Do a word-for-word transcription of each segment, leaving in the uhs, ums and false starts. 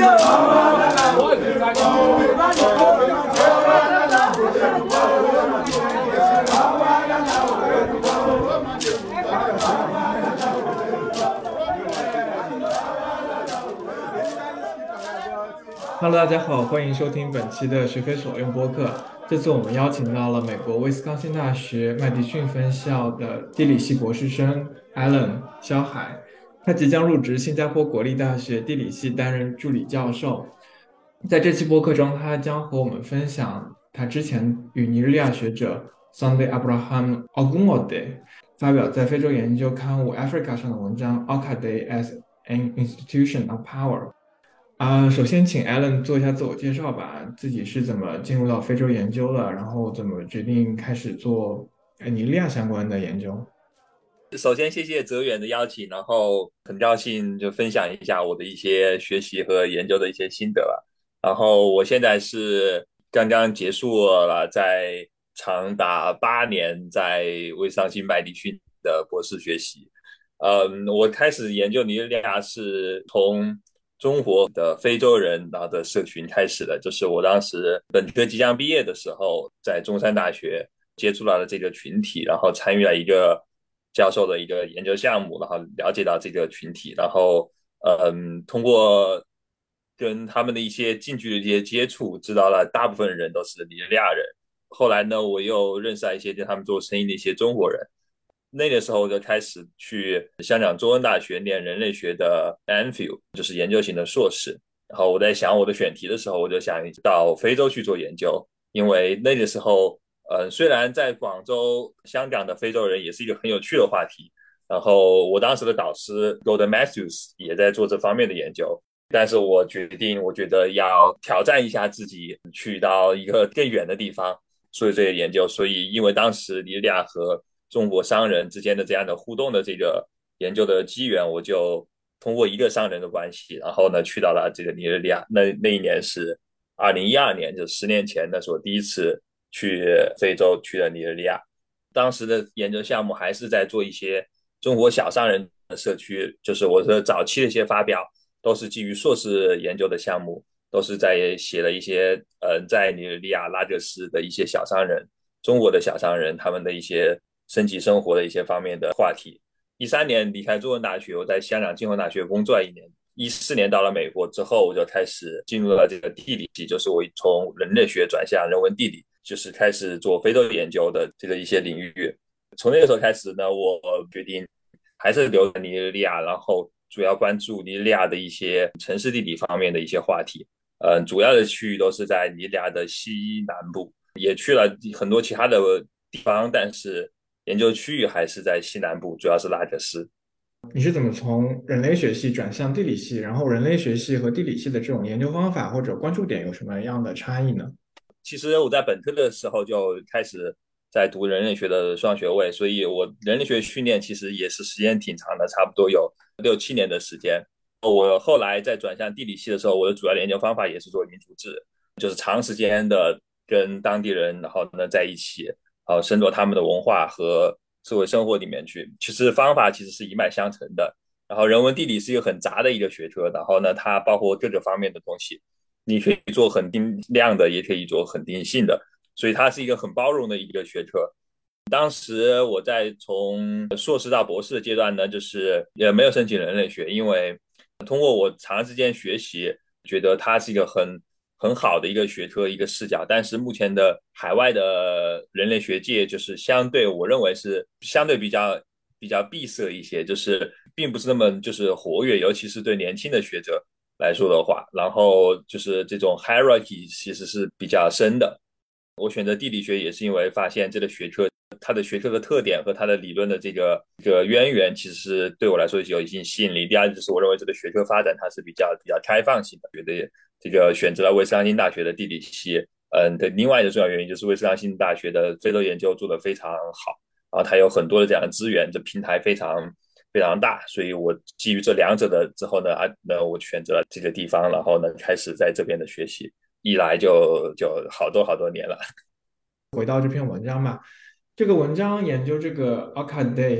Hello，大家好，欢迎收听本期的学非所用播客。这次我们邀请到了美国威斯康星大学麦迪逊分校的地理系博士生 Alan 肖海，他即将入职新加坡国立大学地理系担任助理教授。在这期播客中，他将和我们分享他之前与尼日利亚学者 Sunday Abraham Ogunwode 发表在非洲研究刊物《Africa》上的文章《Okade as an Institution of Power》。啊，首先请 Alan 做一下自我介绍吧，自己是怎么进入到非洲研究的，然后怎么决定开始做呃尼日利亚相关的研究。 首先，谢谢泽远的邀请，然后很高兴就分享一下我的一些学习和研究的一些心得了。然后我现在是刚刚结束了在长达八年在威斯康星麦迪逊的博士学习。嗯，我开始研究尼日利亚是从中国的非洲人然后的社群开始的，就是我当时本科即将毕业的时候，在中山大学接触到了这个群体，然后参与了一个教授的一个研究项目，然后了解到这个群体，然后嗯，通过跟他们的一些近距离的一些接触，知道了大部分人都是尼日利亚人。后来呢，我又认识了一些跟他们做生意的一些中国人。那个时候我就开始去香港中文大学念人类学的 M Phil，就是研究型的硕士。然后我在想我的选题的时候，我就想到非洲去做研究，因为那个时候，呃，虽然在广州、香港的非洲人也是一个很有趣的话题，然后我当时的导师 Gordon Matthews 也在做这方面的研究，但是我决定，我觉得要挑战一下自己，去到一个更远的地方做这个研究。所以，因为当时尼日利亚和中国商人之间的这样的互动的这个研究的机缘，我就通过一个商人的关系，然后呢去到了这个尼日利亚。那那一年是二零一二年，就十年前，那是我第一次去非洲，去了尼日利亚。当时的研究项目还是在做一些中国小商人的社区，就是我的早期的一些发表，都是基于硕士研究的项目，都是在写了一些呃，在尼日利亚拉各斯的一些小商人，中国的小商人他们的一些升级生活的一些方面的话题。一三年离开中文大学，我在香港浸会大学工作了一年。一四年到了美国之后，我就开始进入了这个地理系，就是我从人类学转向人文地理，就是开始做非洲研究的这个一些领域。从那个时候开始呢，我决定还是留在尼日利亚，然后主要关注尼日利亚的一些城市地理方面的一些话题。嗯、呃，主要的区域都是在尼日利亚的西南部，也去了很多其他的地方，但是研究区域还是在西南部，主要是拉各斯。 你是怎么从人类学系转向地理系？然后人类学系和地理系的这种研究方法或者关注点有什么样的差异呢？ 其实我在本科的时候就开始在读人类学的双学位，所以我人类学训练其实也是时间挺长的，差不多有六七年的时间。我后来在转向地理系的时候，我的主要的研究方法也是做民族志，就是长时间的跟当地人，然后呢在一起，然后深入他们的文化和社会生活里面去。其实方法其实是一脉相承的。然后人文地理是一个很杂的一个学科，然后呢，它包括各个方面的东西。你可以做很定量的，也可以做很定性的，所以它是一个很包容的一个学科。当时我在从硕士到博士的阶段呢，就是也没有申请人类学，因为通过我长时间学习，觉得它是一个很很好的一个学科一个视角。但是目前的海外的人类学界，就是相对我认为是相对比较比较闭塞一些，就是并不是那么就是活跃，尤其是对年轻的学者来说的话，然后就是这种 hierarchy 其实是比较深的。我选择地理学也是因为发现这个学科它的学科的特点和它的理论的这个这个渊源，其实是对我来说有一定吸引力。第二就是我认为这个学科发展它是比较比较开放性的，觉得这个选择了威斯康星大学的地理系，嗯，的另外一个重要原因就是威斯康星大学的非洲研究做得非常好，然后它有很多的这样的资源，这平台非常非常大，所以我基于这两者的之后呢，啊，那我选择了这个地方，然后呢开始在这边的学习。一来就就好多好多年了。 回到这篇文章吧，这个文章研究这个 Okade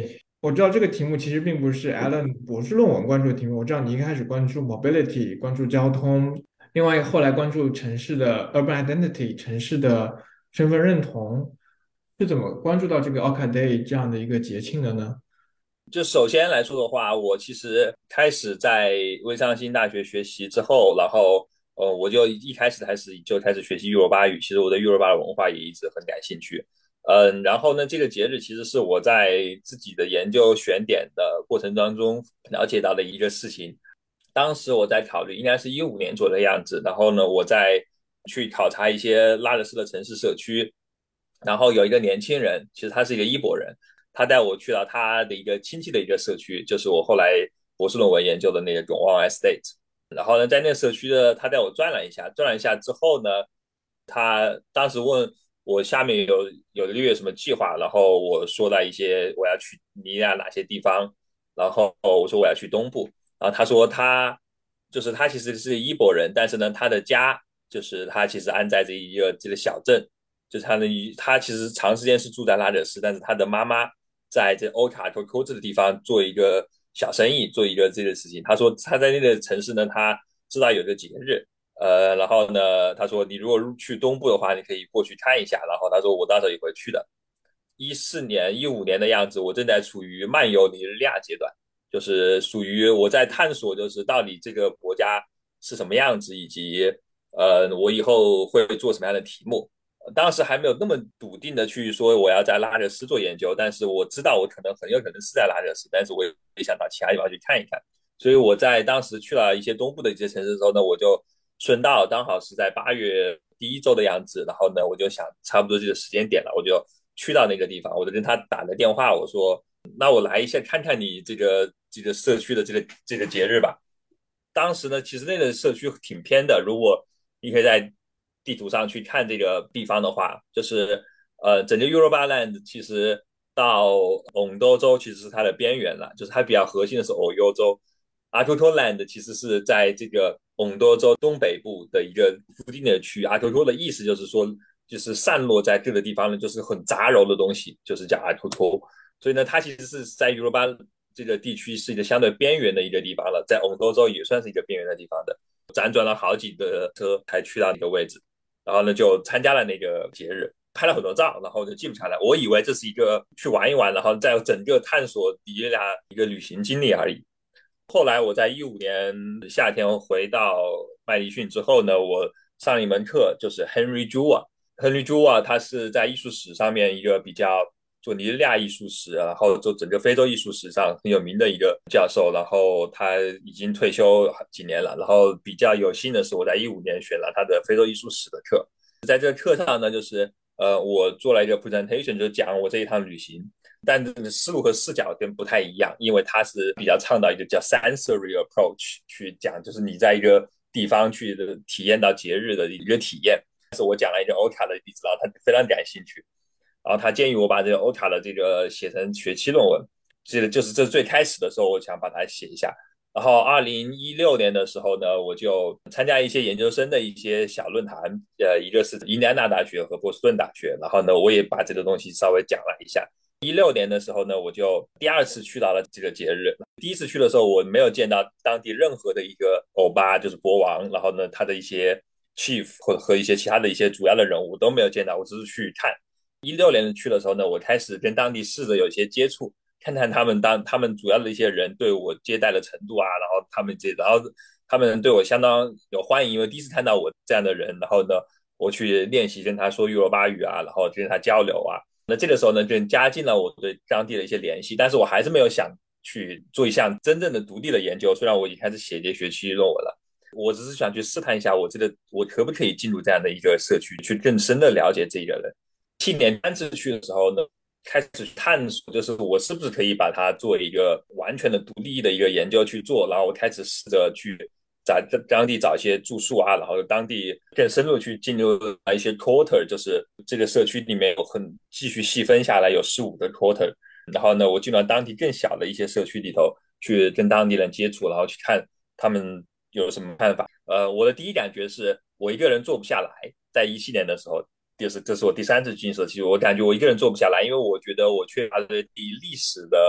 我知道这个题目其实并不是 Alan 博士论文关注的题目。我知道你一开始关注 mobility，关注交通，另外后来关注城市的 urban identity，城市的身份认同，是怎么关注到这个 Orchid Day 这样的一个节庆的呢？ 就首先来说的话，我其实开始在威斯康星大学学习之后，然后呃，我就一开始开始就开始学习幼儿巴语。其实我对幼儿巴的文化也一直很感兴趣。嗯，然后呢，这个节日其实是我在自己的研究选点的过程当中了解到的一个事情。当时我在考虑，应该是一五年左右的样子。然后呢，我在去考察一些拉着斯的城市社区，然后有一个年轻人，其实他是一个伊博人，他带我去到他的一个亲戚的一个社区，就是我后来博士论文研究的那个永旺 Estate。然后呢，在那个社区呢，他带我转了一下，转了一下之后呢，他当时问我下面有有个月什么计划，然后我说了一些我要去尼亚哪些地方，然后我说我要去东部，然后他说他就是他其实是伊博人，但是呢，他的家就是他其实安在这一个这个小镇，就是他的他其实长时间是住在拉惹斯，但是他的妈妈在这欧卡托科这个地方做一个小生意，做一个这个事情。他说他在那个城市呢，他知道有个节日，呃，然后呢，他说你如果去东部的话，你可以过去看一下。然后他说我到时候也会去的。一四年、一五年的样子，我正在处于漫游尼日利亚阶段，就是属于我在探索，就是到底这个国家是什么样子，以及呃，我以后会做什么样的题目。当时还没有那么笃定的去说我要在拉热斯做研究，但是我知道我可能很有可能是在拉热斯，但是我也想到其他地方去看一看。所以我在当时去了一些东部的一些城市的时候呢，我就顺道刚好是在八月第一周的样子，然后呢，我就想差不多这个时间点了，我就去到那个地方，我就跟他打了电话，我说那我来一下看看你这个这个社区的这个这个节日吧。当时呢，其实那个社区挺偏的，如果你可以在地图上去看这个地方的话，就是呃，整个 Eurobaland 其实到翁多州其实是它的边缘了，就是它比较核心的是欧优州。阿图托 land 其实是在这个翁多州东北部的一个固定的区域。阿图托的意思就是说，就是散落在各个地方呢，就是很杂糅的东西，就是叫阿图托。所以呢，它其实是在 Europa 这个地区是一个相对边缘的一个地方了，在翁多州也算是一个边缘的地方的。辗转了好几个车才去到那个位置，然后呢就参加了那个节日，拍了很多照，然后就记录下来。我以为这是一个去玩一玩，然后再整个探索迪亚一个旅行经历而已。后来我在一五年夏天回到麦迪逊之后呢，我上了一门课，就是 Henry Jua。Henry Jua 他是在艺术史上面一个比较做尼日利亚艺术史，然后做整个非洲艺术史上很有名的一个教授。然后他已经退休几年了。然后比较有幸的是，我在一五年选了他的非洲艺术史的课。在这个课上呢，就是呃，我做了一个 presentation，就讲我这一趟旅行。但这个思路和视角跟不太一样，因为他是比较倡导一个叫 sensory approach 去讲，就是你在一个地方去的体验到节日的一个体验。但是我讲了一个欧卡的例子，然后他非常感兴趣，然后他建议我把这个欧卡的这个写成学期论文。这个就是这最开始的时候，我想把它写一下。然后二零一六年的时候呢，我就参加一些研究生的一些小论坛，呃，一个是印第安纳大学和波士顿大学。然后呢，我也把这个东西稍微讲了一下。一六年的时候呢，我就第二次去到了这个节日。第一次去的时候，我没有见到当地任何的一个欧巴，就是国王，然后呢，他的一些 chief 或和一些其他的一些主要的人物都没有见到，我只是去看。一六年去的时候呢，我开始跟当地试着有一些接触，看看他们当他们主要的一些人对我接待的程度啊，然后他们这，然后他们对我相当有欢迎，因为第一次看到我这样的人。然后呢，我去练习跟他说尤罗巴语啊，然后跟他交流啊。那这个时候呢，就加进了我对当地的一些联系，但是我还是没有想去做一项真正的独立的研究。虽然我已经开始写这学期论文了，我只是想去试探一下，我这个我可不可以进入这样的一个社区，去更深的了解这个人。去年单次去的时候呢，开始探索，就是我是不是可以把它做一个完全的独立的一个研究去做。然后我开始试着去在当地找一些住宿啊，然后当地更深入去进入一些 quarter，就是这个社区里面有很继续细分下来有十五个 quarter。然后呢，我进到当地更小的一些社区里头去跟当地人接触，然后去看他们有什么看法。呃，我的第一感觉是我一个人做不下来，在一七年的时候。就是这是我第三次进社区，我感觉我一个人做不下来，因为我觉得我缺乏对历史的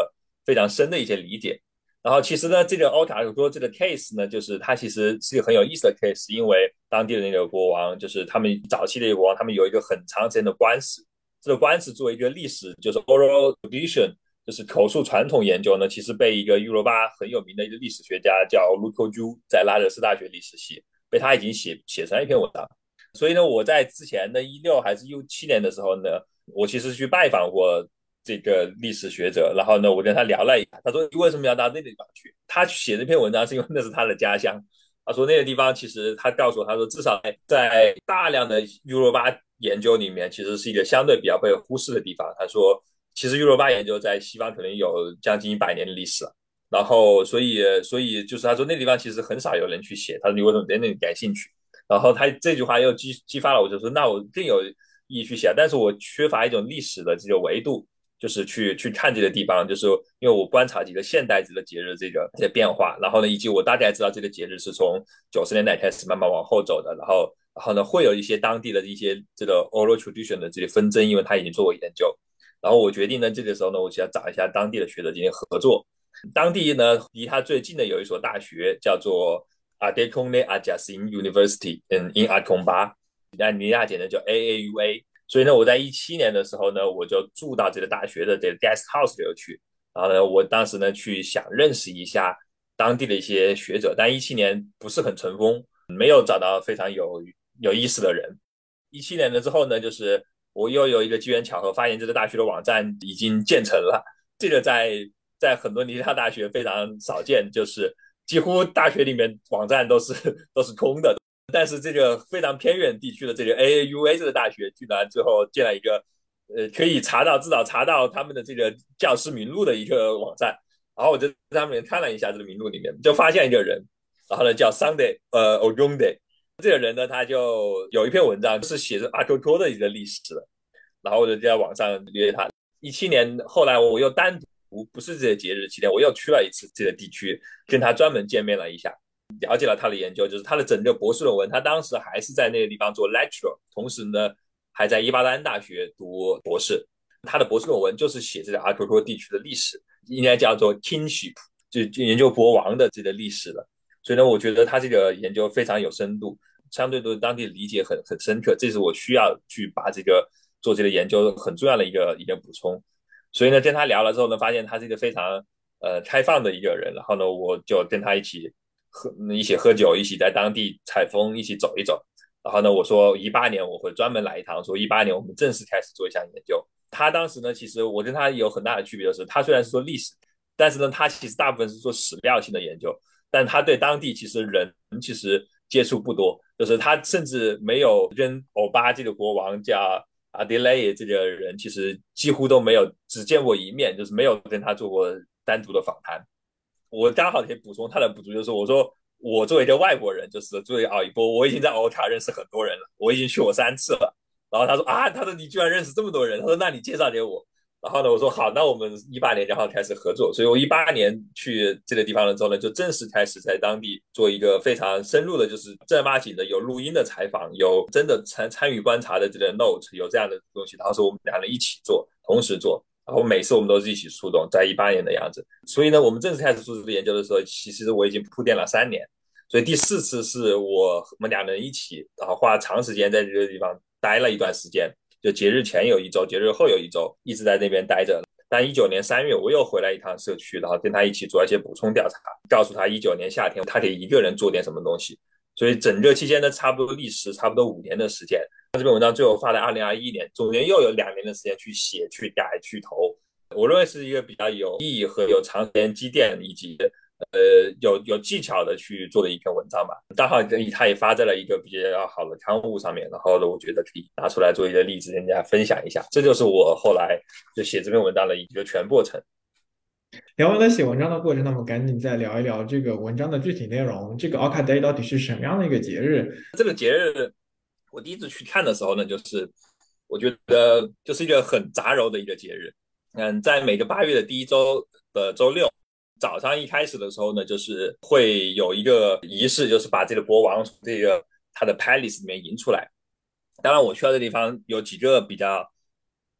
非常深的一些理解。然后其实呢，这个奥塔说这个 case 呢，就是它其实是一个很有意思的 case，因为当地的那个国王，就是他们早期的一个国王，他们有一个很长时间的官司。这个官司作为一个历史，就是 oral tradition，就是口述传统研究呢，其实被一个优罗巴很有名的一个历史学家叫 Luko Ju，在拉热斯大学历史系，被他已经写写成一篇文章。所以呢，我在之前的一六还是一七年的时候呢，我其实去拜访过这个历史学者，然后呢，我跟他聊了一下，他说你为什么要到那个地方去？他写这篇文章是因为那是他的家乡。他说那个地方其实他告诉我，他说至少在大量的优罗巴研究里面，其实是一个相对比较被忽视的地方。他说，其实优罗巴研究在西方可能有将近一百年的历史了。然后，所以，所以就是他说那地方其实很少有人去写。他说你为什么对那里感兴趣？然后他这句话又激激发了我，就说那我更有意义去写，但是我缺乏一种历史的这个维度，就是去去看这个地方，就是因为我观察几个现代的节日这个这些变化，然后呢，以及我大概知道这个节日是从九十年代开始慢慢往后走的，然后然后呢，会有一些当地的一些这个 oral tradition 的这些纷争，因为他已经做过研究，然后我决定呢，这个时候呢，我就要找一下当地的学者进行合作。当地呢，离他最近的有一所大学叫做 Adekunle Ajasin University in in Akomba，那尼亚简称叫 A A U A。所以呢，我在一七年的时候呢，我就住到这个大学的这个 guest house 里去。然后呢，我当时呢去想认识一下当地的一些学者，但一七年不是很成功，没有找到非常有有意思的人。一七年了之后呢，就是我又有一个机缘巧合，发现这个大学的网站已经建成了。这个在在很多其他大学非常少见，就是几乎大学里面网站都是都是空的。但是这个非常偏远地区的这个 A A U A 这个大学，居然最后建了一个呃可以查到至少查到他们的这个教师名录的一个网站。然后我就在上面看了一下这个名录里面，就发现一个人，然后呢叫 Sunday 呃 Ogunde。这个人呢，他就有一篇文章是写着阿科托的一个历史的，然后我就在网上约他。一七年后来我又单独不是这些节日期间，我又去了一次这个地区，跟他专门见面了一下。了解了他的研究，就是他的整个博士论文，他当时还是在那个地方做 lecture， 同时呢还在伊巴丹大学读博士。他的博士论文就是写这个阿克托地区的历史，应该叫做 kingship， 就研究国王的这个历史的。所以呢，我觉得他这个研究非常有深度，相对对当地的理解很很深刻，这是我需要去把这个做这个研究很重要的一个一个补充。所以呢，跟他聊了之后呢，发现他是一个非常呃开放的一个人，然后呢，我就跟他一起喝一起喝酒，一起在当地采风，一起走一走。然后呢，我说一八年我会专门来一趟，说一八年我们正式开始做一项研究。他当时呢，其实我跟他有很大的区别，就是他虽然是做历史，但是呢，他其实大部分是做史料性的研究，但他对当地其实人其实接触不多，就是他甚至没有跟欧巴这个国王叫阿迪雷这个人，其实几乎都没有只见过一面，就是没有跟他做过单独的访谈。我刚好可以补充他的补足，就是我说我作为一个外国人，就是作为奥一波，我已经在欧卡认识很多人了，我已经去过三次了。然后他说啊，他说你居然认识这么多人，他说那你介绍给我。然后呢，我说好，那我们一八年然后开始合作。所以我一八年去这个地方了之后呢，就正式开始在当地做一个非常深入的，就是正儿八经的有录音的采访，有真的参参与观察的这个 note，有这样的东西。然后是我们两人一起做，同时做。然后每次我们都是一起出动，在一八年的样子。所以呢，我们正式开始做这个研究的时候，其实我已经铺垫了三年。所以第四次是我我们两人一起，然后花长时间在这个地方待了一段时间，就节日前有一周，节日后有一周，一直在那边待着。但一九年三月我又回来一趟社区，然后跟他一起做一些补充调查，告诉他一九年夏天他得一个人做点什么东西。所以整个期间呢，差不多历时差不多五年的时间。这篇文章最后发在二零二一年，中间又有两年的时间去写、去改、去投。我认为是一个比较有意义和有长时间积淀以及呃有有技巧的去做的一篇文章吧。刚好他也发在了一个比较好的刊物上面，然后呢，我觉得可以拿出来做一个例子，跟大家分享一下。这就是我后来就写这篇文章的一个全过程。 聊完了写文章的过程，那么赶紧再聊一聊这个文章的具体内容。这个 o c a Day 到底是什么样的一个节日？ 这个节日我第一次去看的时候呢，就是我觉得就是一个很杂糅的一个节日。嗯，在每个八月的第一周的周六早上一开始的时候呢，就是会有一个仪式，就是把这个国王从这个他的 palace 里面迎出来。当然，我去到的地方有几个比较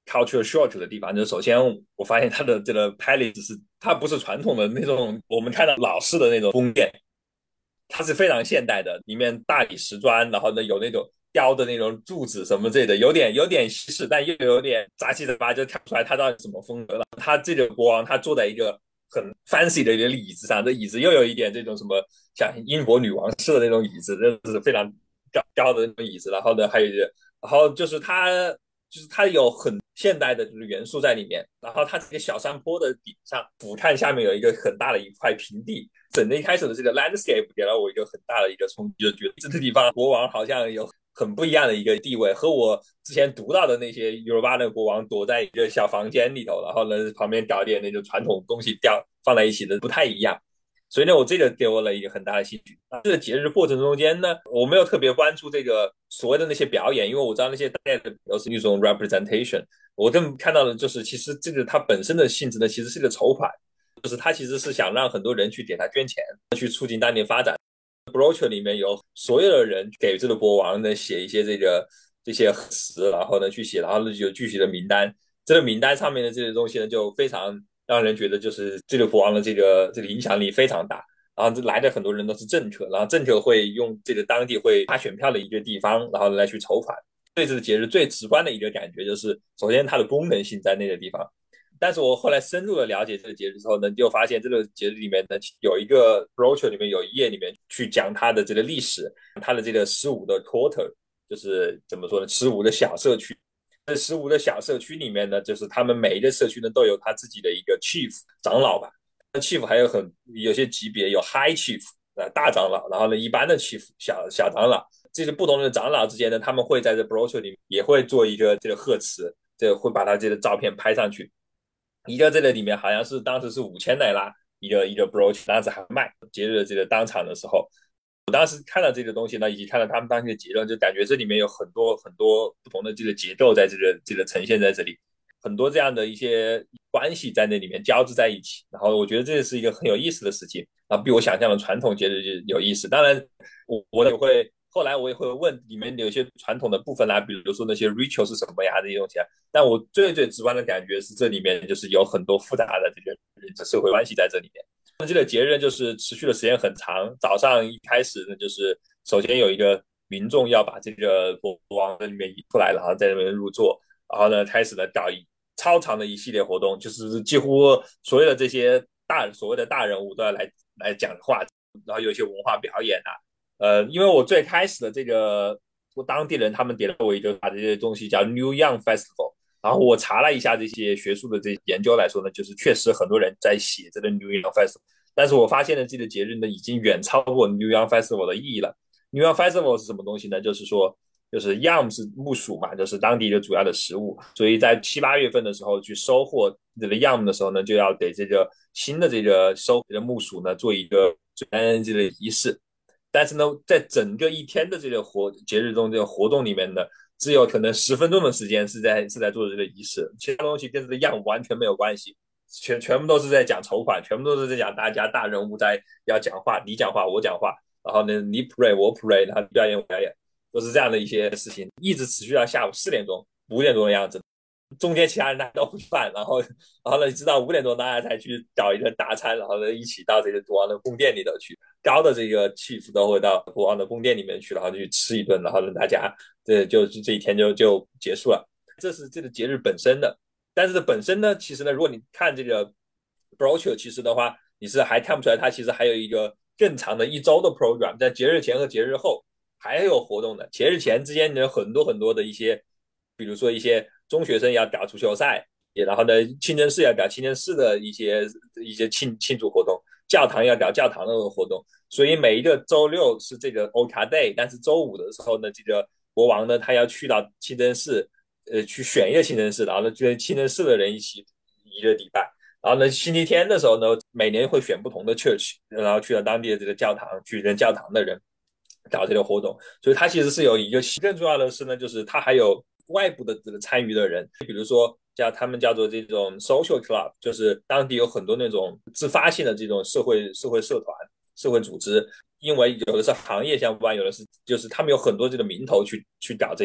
culture shock 的地方，就是首先我发现它的这个 palette 是它不是传统的那种我们看到老式的那种宫殿，它是非常现代的，里面大理石砖，然后呢有那种雕的那种柱子什么之类的，有点有点西式，但又有点杂七杂八，就看不出来他到底什么风格了。他这个国王他坐在一个很 fancy 的一个椅子上，这椅子又有一点这种什么像英国女王式的那种椅子，这是非常高高的那种椅子。然后呢，还有一个，然后就是它就是它有很现代的就是元素在里面。然后它这个小山坡的顶上俯瞰下面有一个很大的一块平地，整个一开始的这个 landscape 给了我一个很大的一个冲击，就觉得这个地方国王好像有很不一样的一个地位，和我之前读到的那些 Yoruba 的国王躲在一个小房间里头，然后呢旁边搞点那种传统东西掉放在一起的不太一样。所以呢，我这个给我了一个很大的兴趣。这个节日过程中间呢，我没有特别关注这个所谓的那些表演，因为我知道那些大概都是一种 representation。我更看到的就是，其实这个它本身的性质呢，其实是个筹款，就是它其实是想让很多人去给他捐钱，去促进当地发展。brochure 里面有所有的人给这个国王呢写一些这个这些词，然后呢去写，然后呢就有具体的名单。这个名单上面的这些东西呢，就非常让人觉得就是这个国王的这个这个影响力非常大。然后来的很多人都是政客，然后政客会用这个当地会发选票的一个地方，然后来去筹款。对这个节日最直观的一个感觉就是，首先它的功能性在那个地方。但是我后来深入的了解这个节日之后呢，就发现这个节日里面呢有一个 brochure 里面有一页里面去讲它的这个历史，它的这个十五的 quarter， 就是怎么说呢，十五的小社区。这十五的小社区里面呢，就是他们每一个社区呢都有他自己的一个 chief 长老吧。chief 还有很有些级别，有 high chief 呃大长老，然后呢一般的 chief 小小长老。这些不同的长老之间呢，他们会在这 brochure 里也会做一个这个贺词，这个会把他这个照片拍上去。一个这个里面好像是当时是五千莱拉一个一个 brooch， 当时还卖节日的这个当场的时候，我当时看到这个东西呢，以及看到他们当时的节奏，就感觉这里面有很多很多不同的这个结构在这个这个呈现在这里，很多这样的一些关系在那里面交织在一起。然后我觉得这是一个很有意思的事情啊，比我想象的传统节日就有意思。当然，我我也会后来我也会问里面有些传统的部分啦、啊，比如说那些 ritual 是什么呀这些东西啊。但我最最直观的感觉是这里面就是有很多复杂的这个社会关系在这里面。那这个节日就是持续的时间很长，早上一开始呢，就是首先有一个民众要把这个国王在里面移出来，然后在那边入座，然后呢开始呢搞一超长的一系列活动，就是几乎所有的这些大所谓的大人物都要来来讲话，然后有一些文化表演啊。呃，因为我最开始的这个我当地人他们给了我一个把这些东西叫 New Young Festival，然后我查了一下这些学术的这些研究来说呢，就是确实很多人在写这个 New Young Festival，但是我发现呢，这个节日呢已经远超过 New Young Festival 的意义了。New Young Festival 是什么东西呢？就是说，就是 Yam 是木薯嘛，就是当地的主要的食物，所以在七八月份的时候去收获这个 Yam 的时候呢，就要给这个新的这个收的木薯呢做一个最安这个仪式。但是呢，在整个一天的这个活节日中，这个活动里面呢，只有可能十分钟的时间是在是在做这个仪式，其他东西跟这个样完全没有关系，全全部都是在讲筹款，全部都是在讲大家大人物在要讲话，你讲话我讲话，然后呢你 pray 我 pray，然后表演我表演，都是这样的一些事情，一直持续到下午四点钟、五点钟的样子。中间其他人大家都不饭，然后然后呢，直到五点钟大家才去找一个大餐，然后呢一起到这个国王的宫殿里头去。高的这个 chief 都会到国王的宫殿里面去，然后就去吃一顿，然后呢大家这就这一天就就结束了。这是这个节日本身的，但是本身呢，其实呢，如果你看这个 brochure， 其实的话，你是还看不出来它其实还有一个更长的一周的 program， 在节日前和节日后还有活动的。节日前之间有很多很多的一些，比如说一些中学生要搞足球赛，然后呢，清真寺要搞清真寺的一些一些庆庆祝活动，教堂要搞教堂的活动。所以每一个周六是这个 Oka Day， 但是周五的时候呢，这个国王呢，他要去到清真寺，呃，去选一个清真寺，然后呢，跟清真寺的人一起一个礼拜。然后呢，星期天的时候呢，每年会选不同的 church， 然后去到当地的这个教堂，去跟教堂的人搞这个活动。所以它其实是有一个更重要的是呢，就是它还有外部的这个参与的人，比如说叫他们叫做这种 social club， 就是当地有很多那种自发性的这种社会社会社团、社会组织，因为有的是行业相关，有的是就是他们有很多这个名头去去搞这个。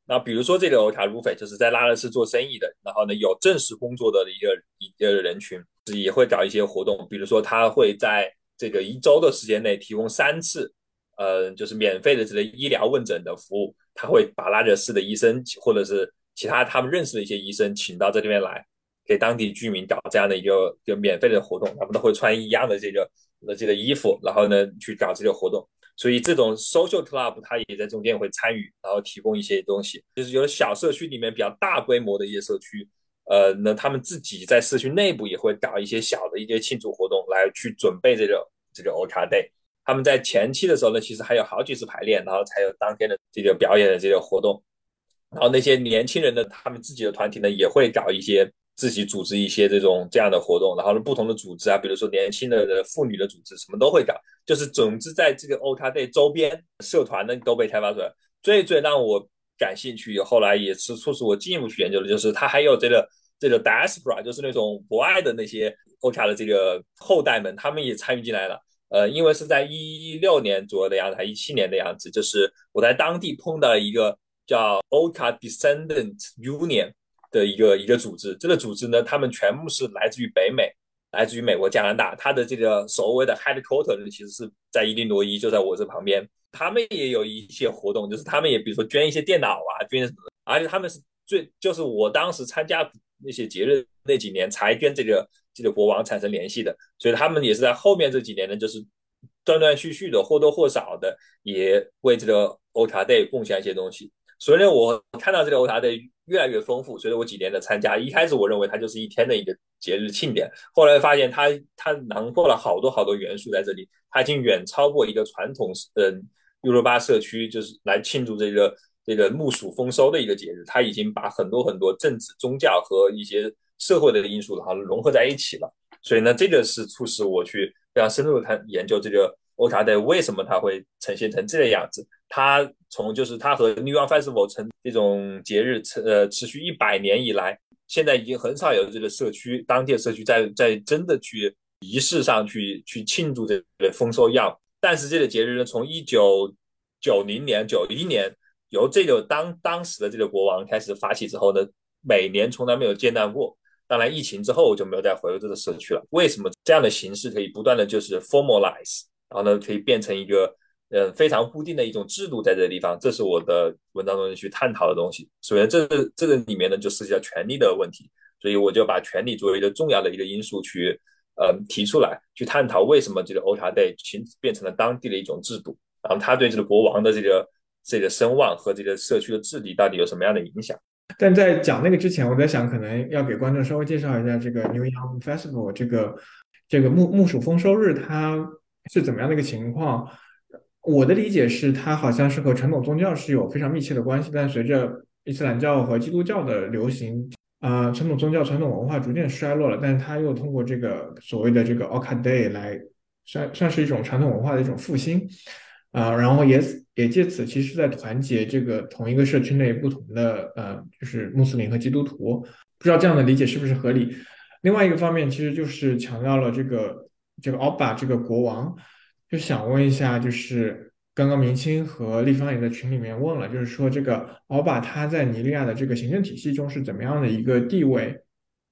那比如说这个欧塔鲁斐就是在拉勒斯做生意的，然后呢有正式工作的一个一个人群，也会搞一些活动，比如说他会在这个一周的时间内提供三次，呃，就是免费的这个医疗问诊的服务，他会把拉勒斯的医生或者是其他他们认识的一些医生请到这边来，给当地居民搞这样的一个一个免费的活动，他们都会穿一样的这个这个衣服，然后呢去搞这个活动。所以这种 social club 它也在中间会参与，然后提供一些东西，就是有的小社区里面比较大规模的一些社区，呃，那他们自己在社区内部也会搞一些小的一些庆祝活动来去准备这个这个 Ultra Day。他们在前期的时候呢，其实还有好几次排练，然后才有当天的这个表演的这个活动。然后那些年轻人的他们自己的团体呢，也会搞一些自己组织一些这种这样的活动，然后不同的组织啊，比如说年轻的妇女的组织，什么都会搞。就是总之在这个 Ultra Day 周边社团呢都被开发出来。最最让我感兴趣，后来也是促使我进一步去研究的，就是它还有这个这个 diaspora，就是那种国外的那些 Ultra 的这个后代们，他们也参与进来了。呃，因为是在一六年左右的样子，还一七年的样子，就是我在当地碰到了一个叫 Oka Descendant Union 的一个一个组织。这个组织呢，他们全部是来自于北美，来自于美国加拿大。它的这个所谓的 headquarter 其实是在伊利诺伊，就在我这旁边。他们也有一些活动，就是他们也比如说捐一些电脑啊，捐什么的，而且他们是最就是我当时参加那些节日那几年才跟这个这个国王产生联系的，所以他们也是在后面这几年呢，就是断断续续的或多或少的也为这个 Ultra Day 贡献一些东西。所以呢，我看到这个 Ultra Day 越来越丰富，随着我几年的参加，一开始我认为它就是一天的一个节日庆典，后来发现它它囊括了好多好多元素在这里，它已经远超过一个传统呃优罗巴社区就是来庆祝这个这个木薯丰收的一个节日，它已经把很多很多政治、宗教和一些社会的因素然后融合在一起了。所以呢，这个是促使我去非常深入的研究这个 Ultra Day 为什么它会呈现成这个样子。它从就是它和 New York Festival 成这种节日呃持续一百年以来，现在已经很少有这个社区当地的社区在在真的去仪式上去去庆祝这个丰收样。但是这个节日呢，从一九九零年、九一年由这个当当时的这个国王开始发起之后呢，每年从来没有间断过。当然，疫情之后就没有再回到这个社区了。为什么这样的形式可以不断的就是 formalize， 然后呢，可以变成一个嗯非常固定的一种制度在这个地方？这是我的文章中去探讨的东西。首先，这个这个里面呢就涉及到权利的问题，所以我就把权利作为一个重要的一个因素去呃提出来，去探讨为什么这个 Ultra Day 形变成了当地的一种制度，然后它对这个国王的这个这个声望和这个社区的治理到底有什么样的影响？ 但在讲那个之前，我在想，可能要给观众稍微介绍一下这个 New Yam Festival 这个这个木木薯丰收日它是怎么样的一个情况。我的理解是，它好像是和传统宗教是有非常密切的关系，但随着伊斯兰教和基督教的流行，啊、传统宗教、传统文化逐渐衰落了，但是它又通过这个所谓的这个 Orchid Day 来算算是一种传统文化的一种复兴。啊、然后也也借此其实在团结这个同一个社区内不同的呃，就是穆斯林和基督徒。不知道这样的理解是不是合理？另外一个方面，其实就是强调了这个这个奥巴这个国王，就想问一下，就是刚刚明清和立方也在群里面问了，就是说这个奥巴他在尼利亚的这个行政体系中是怎么样的一个地位？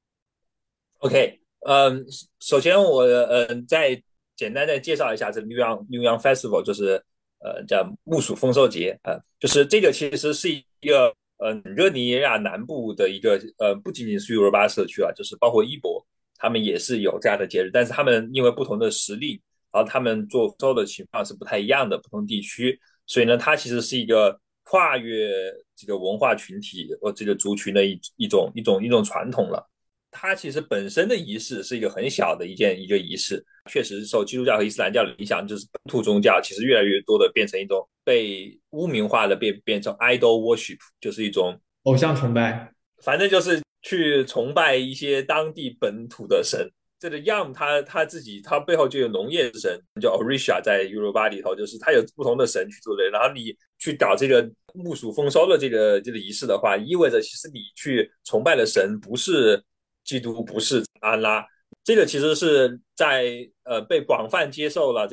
OK，嗯，首先我嗯再简单的介绍一下这个 New Young New Young Festival，就是呃叫木薯丰收节啊、呃，就是这个其实是一个呃热尼亚南部的一个呃不仅仅是尤罗巴社区啊，就是包括伊博，他们也是有这样的节日，但是他们因为不同的实力，然后他们做收的情况是不太一样的，不同地区，所以呢，它其实是一个跨越这个文化群体或这个族群的一一种一种一种传统了。它其实本身的仪式是一个很小的一件一个仪式，确实受基督教和伊斯兰教的影响，就是本土宗教其实越来越多的变成一种被污名化的变变成 idol worship，就是一种偶像崇拜。 反正就是去崇拜一些当地本土的神。这个 Yam 他他自己他背后就有农业之神，叫 Orisha，在 Yoruba 里头就是他有不同的神去做的。然后你去搞这个木薯丰收的这个这个仪式的话，意味着其实你去崇拜的神不是基督，不是安拉。这个其实是在呃被广泛接受了这个伊斯兰和这个基督教的这个尼利亚，其实是慢慢慢慢去被排斥的。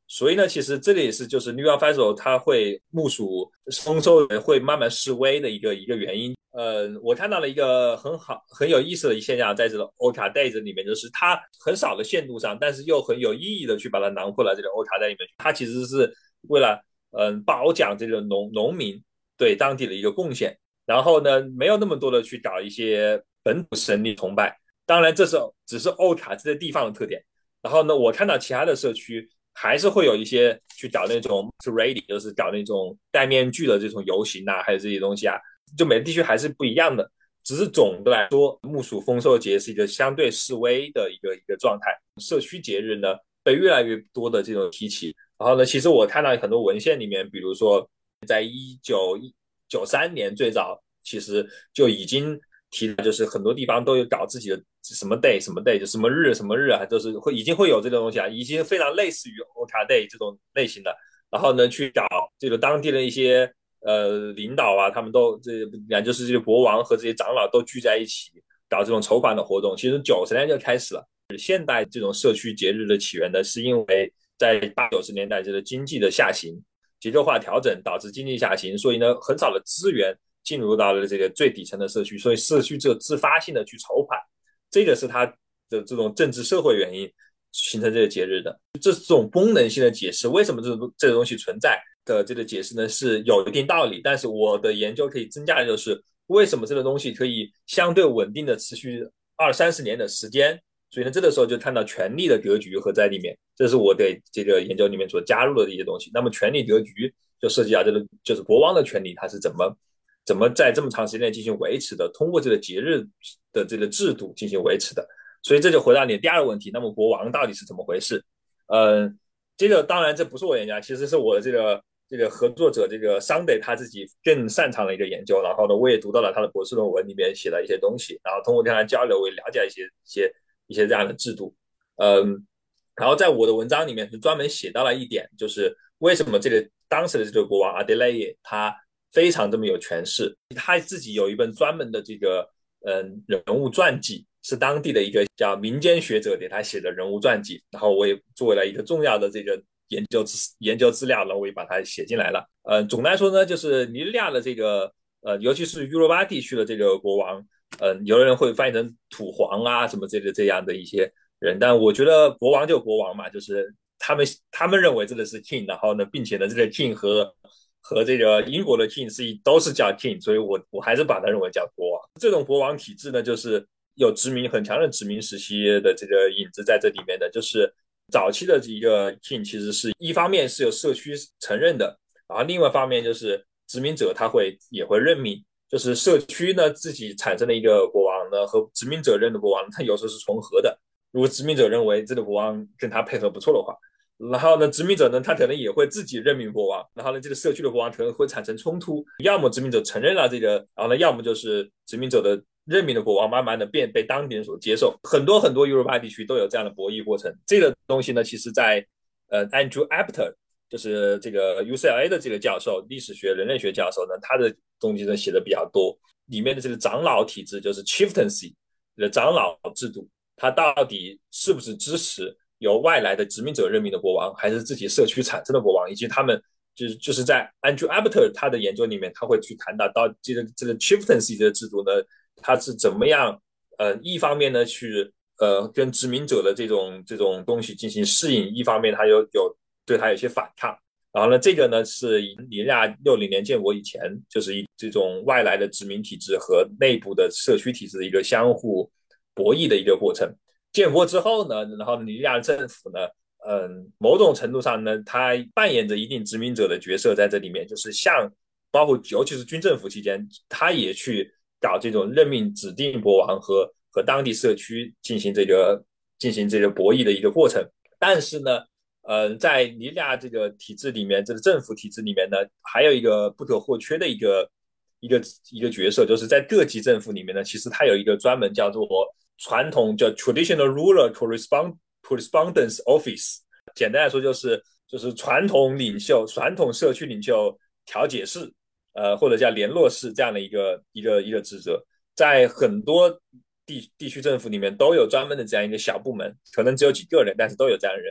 所以呢，其实这里也是就是 New York Festival 它会木薯丰收人会慢慢式微的一个一个原因。呃，我看到了一个很好很有意思的一现象，在这个 Ultra Days 里面，就是它很少的限度上，但是又很有意义的去把它囊括了这个 Ultra Day 里面去。它其实是为了嗯、呃、褒奖这个农农民对当地的一个贡献，然后呢，没有那么多的去搞一些本土神力崇拜。当然，这是只是 Ultra 这些地方的特点。然后呢，我看到其他的社区还是会有一些去搞那种 parade，就是搞那种戴面具的这种游行啊，还有这些东西啊，就每个地区还是不一样的。只是总的来说，木薯丰收节是一个相对示威的一个一个状态。社区节日呢，被越来越多的这种提起。然后呢，其实我看到很多文献里面，比如说在一九九三年最早其实就已经提到，就是很多地方都有搞自己的什么 day 什么 day 就什么日什么日啊，都是会已经会有这种东西啊，已经非常类似于 Ultra Day 这种类型的。然后呢，去搞这个当地的一些呃领导啊，他们都这两就是这个国王和这些长老都聚在一起搞这种筹款的活动。其实九十年就开始了。现代这种社区节日的起源呢，是因为在八九十年代这个经济的下行、结构化调整导致经济下行，所以呢，很少的资源进入到了这个最底层的社区，所以社区只有自发性的去筹款，这个是它的这种政治社会原因形成这个节日的。这是这种功能性的解释，为什么这这个东西存在的这个解释呢，是有一定道理。但是我的研究可以增加的就是，为什么这个东西可以相对稳定的持续二三十年的时间？所以呢，这个时候就看到权力的格局和在里面，这是我对这个研究里面所加入的一些东西。那么权力格局就涉及到这个，就是国王的权利，它是怎么怎么在这么长时间内进行维持的，通过这个节日的这个制度进行维持的。所以这就回答你第二个问题，那么国王到底是怎么回事？呃，这个当然这不是我研究，其实是我的这个这个合作者这个 Sunday 他自己更擅长的一个研究。然后呢，我也读到了他的博士论文里面写的一些东西，然后通过跟他交流，我也了解一些一些一些这样的制度。嗯，然后在我的文章里面是专门写到了一点，就是为什么这个当时的这个国王阿德莱耶他非常这么有权势，他自己有一本专门的这个嗯人物传记，是当地的一个叫民间学者给他写的人物传记。然后我也作为了一个重要的这个研究研究资料呢，我也把它写进来了。呃，总的来说呢，就是尼日利亚的这个呃，尤其是尤罗巴地区的这个国王，呃，有的人会翻译成土皇啊什么这个这样的一些人，但我觉得国王就国王嘛，就是他们他们认为这个是 king， 然后呢，并且呢，这个 king 和和这个英国的 king 是都是叫 king，所以我我还是把它认为叫国王。这种国王体制呢，就是有殖民很强的殖民时期的这个影子在这里面的，就是早期的一个 king 其实是一方面是有社区承认的，然后另外一方面就是殖民者他会也会任命。就是社区呢自己产生的一个国王呢，和殖民者任的国王，他有时候是重合的。如果殖民者认为这个国王跟他配合不错的话，然后呢，殖民者呢，他可能也会自己任命国王，然后呢，这个社区的国王可能会产生冲突。要么殖民者承认了这个，然后呢，要么就是殖民者的任命的国王慢慢的变被当地人所接受。很多很多欧巴地区都有这样的博弈过程。这个东西呢，其实在呃 Andrew Apter，就是这个 U C L A 的这个教授，历史学、人类学教授呢，他的东西呢写的比较多。里面的这个长老体制，就是 chieftaincy 的长老制度，它到底是不是支持由外来的殖民者任命的国王，还是自己社区产生的国王，以及他们就是就是在 Andrew Apter 他的研究里面，他会去谈到到这个这个 chieftaincy 的制度呢，它是怎么样呃，一方面呢去呃跟殖民者的这种这种东西进行适应，一方面它有有对它有些反抗。然后呢，这个呢是尼日利亚六零年建国以前，就是以这种外来的殖民体制和内部的社区体制的一个相互博弈的一个过程。建国之后呢，然后尼日利亚政府呢，嗯，某种程度上呢，它扮演着一定殖民者的角色在这里面，就是像包括尤其是军政府期间，他也去搞这种任命指定国王和和当地社区进行这个进行这个博弈的一个过程。但是呢，呃，在尼日利亚这个体制里面，这个政府体制里面呢，还有一个不可或缺的一个一个一个角色，就是在各级政府里面呢，其实它有一个专门叫做传统叫 traditional ruler correspond correspondence office，简单来说就是就是传统领袖、传统社区领袖调解室，呃，或者叫联络室这样的一个一个一个职责，在很多地地区政府里面都有专门的这样一个小部门，可能只有几个人，但是都有这样的人。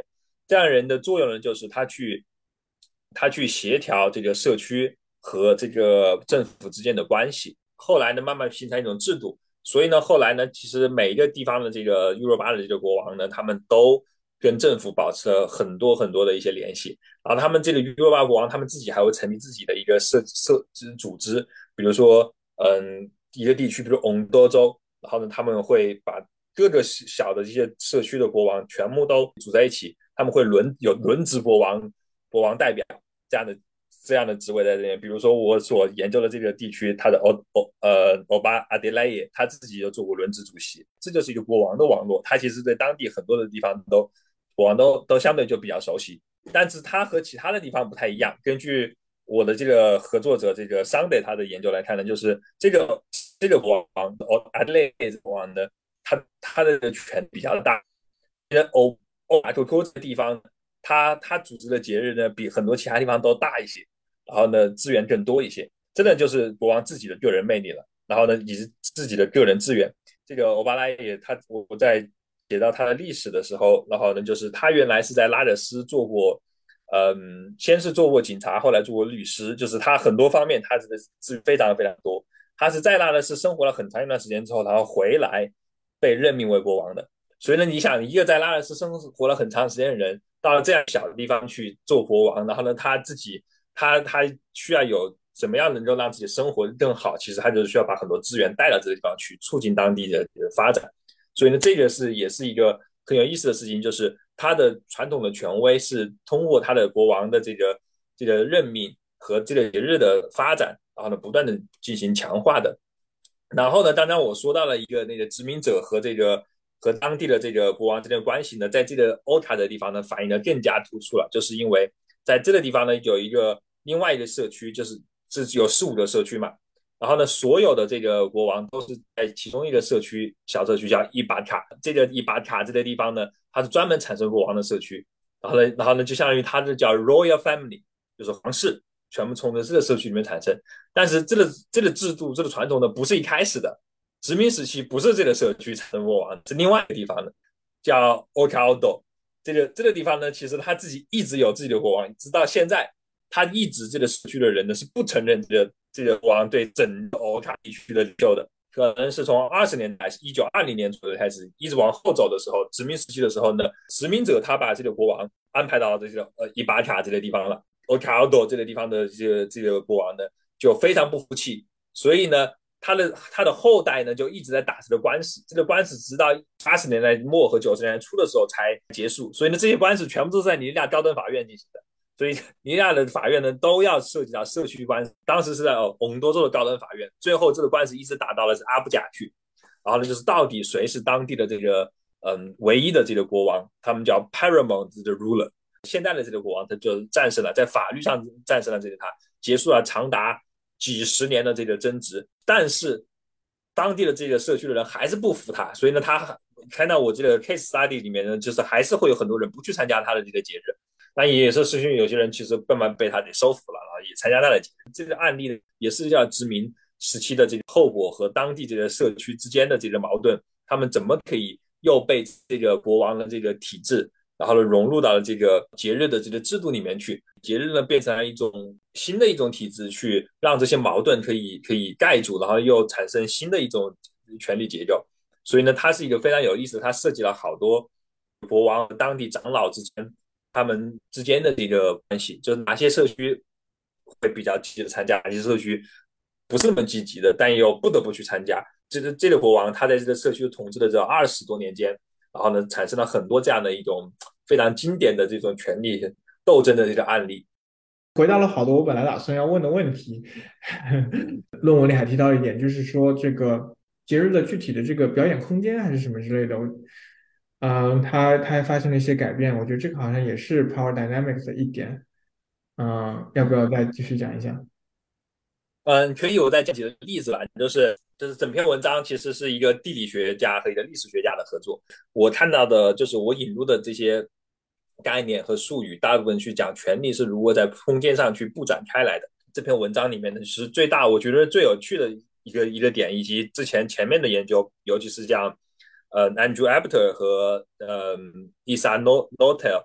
这样的人的作用呢，就是他去他去协调这个社区和这个政府之间的关系。后来呢，慢慢形成一种制度。所以呢，后来呢，其实每一个地方的这个 U 八的这个国王呢，他们都跟政府保持了很多很多的一些联系。然后他们这个 U 八国王，他们自己还会成立自己的一个社社组织，比如说，嗯，一个地区，比如翁多州，然后呢，他们会把各个小的这些社区的国王全部都组在一起，他们会轮有轮值国王国王代表这样的这样的职位在这边。比如说我所研究的这个地区，他的欧欧呃欧巴阿迪莱耶他自己就做过轮值主席，这就是一个国王的网络。他其实在当地很多的地方都国王都都相对就比较熟悉，但是他和其他的地方不太一样。根据我的这个合作者这个 Sunday 他的研究来看呢，就是这个这个国王阿迪莱耶国王呢，他他的权比较大。因为欧欧马托托这个地方，他他组织的节日呢，比很多其他地方都大一些，然后呢资源更多一些，真的就是国王自己的个人魅力了。然后呢，以及自己的个人资源。这个欧巴拉也，他我在写到他的历史的时候，然后呢，就是他原来是在拉惹斯做过，嗯，先是做过警察，后来做过律师，就是他很多方面他的资非常非常多。他是在拉惹斯生活了很长一段时间之后，然后回来被任命为国王的。所以呢，你想一个在拉尔斯生活了很长时间的人，到了这样小的地方去做国王，然后呢，他自己他他需要有怎么样能够让自己生活更好？其实他就是需要把很多资源带到这个地方去，促进当地的发展。所以呢，这个是也是一个很有意思的事情，就是他的传统的权威是通过他的国王的这个这个任命和这个节日的发展，然后呢不断的进行强化的。然后呢，刚刚我说到了一个那个殖民者和这个和当地的这个国王之间的关系呢，在这个欧卡的地方呢，反映的更加突出了，就是因为在这个地方呢，有一个另外一个社区，就是是有四五个社区嘛。然后呢，所有的这个国王都是在其中一个社区小社区叫伊巴卡。这个伊巴卡这个地方呢，它是专门产生国王的社区。然后呢，然后呢，就相当于它是叫 Royal Family，就是皇室，全部从这个社区里面产生。但是这个这个制度这个传统呢，不是一开始的，殖民时期不是这个社区产生国王，是另外一个地方的，叫 o c a l d o。 这个这个地方呢，其实他自己一直有自己的国王，直到现在，他一直这个社区的人呢是不承认这个这个国王对整个欧卡地区的领袖的。可能是从二十年代，一九二零年左右开始，一直往后走的时候，殖民时期的时候呢，殖民者他把这个国王安排到这个呃伊巴卡这个地方了。o c a l d o 这个地方的这个这个国王呢，就非常不服气，所以呢，他的他的后代呢就一直在打这个官司。这个官司直到八十年代末和九十年代初的时候才结束。所以呢，这些官司全部都是在尼日利亚高等法院进行的。所以尼日利亚的法院呢都要涉及到社区官司。当时是在翁多州的高等法院，最后这个官司一直打到了是阿布贾去。然后呢，就是到底谁是当地的这个嗯唯一的这个国王，他们叫 paramount 的 ruler。现在的这个国王他就战胜了，在法律上战胜了这个他，结束了长达几十年的这个争执。但是当地的这个社区的人还是不服他，所以呢，他看到我这个 case study 里面呢，就是还是会有很多人不去参加他的这个节日。那也是是因为有些人其实慢慢被他给收服了，然后也参加他的节日。这个案例呢，也是叫殖民时期的这个后果和当地这个社区之间的这个矛盾，他们怎么可以又被这个国王的这个体制，然后呢融入到了这个节日的这个制度里面去。节日呢变成了一种新的一种体制，去让这些矛盾可以可以盖住，然后又产生新的一种权力结构。所以呢，它是一个非常有意思，它涉及了好多国王和当地长老之间他们之间的这个关系，就是哪些社区会比较积极的参加，哪些社区不是那么积极的，但又不得不去参加。这个这个国王他在这个社区统治的这二十多年间，然后呢，产生了很多这样的一种非常经典的这种权力斗争的这个案例。 回答了好多我本来打算要问的问题。论文里还提到一点，就是说这个节日的具体的这个表演空间还是什么之类的，嗯，他他还发生了一些改变，我觉得这个好像也是 Power Dynamics 的一点。嗯，要不要再继续讲一下？ 嗯，可以，我再讲几个例子吧。就是就是整篇文章其实是一个地理学家和一个历史学家的合作。我看到的就是我引入的这些概念和术语，大部分去讲权力是如何在空间上去布展开来的。这篇文章里面呢，其实最大我觉得最有趣的一个一个点，以及之前前面的研究，尤其是像呃 Andrew Apter 和呃 Isa Nortel，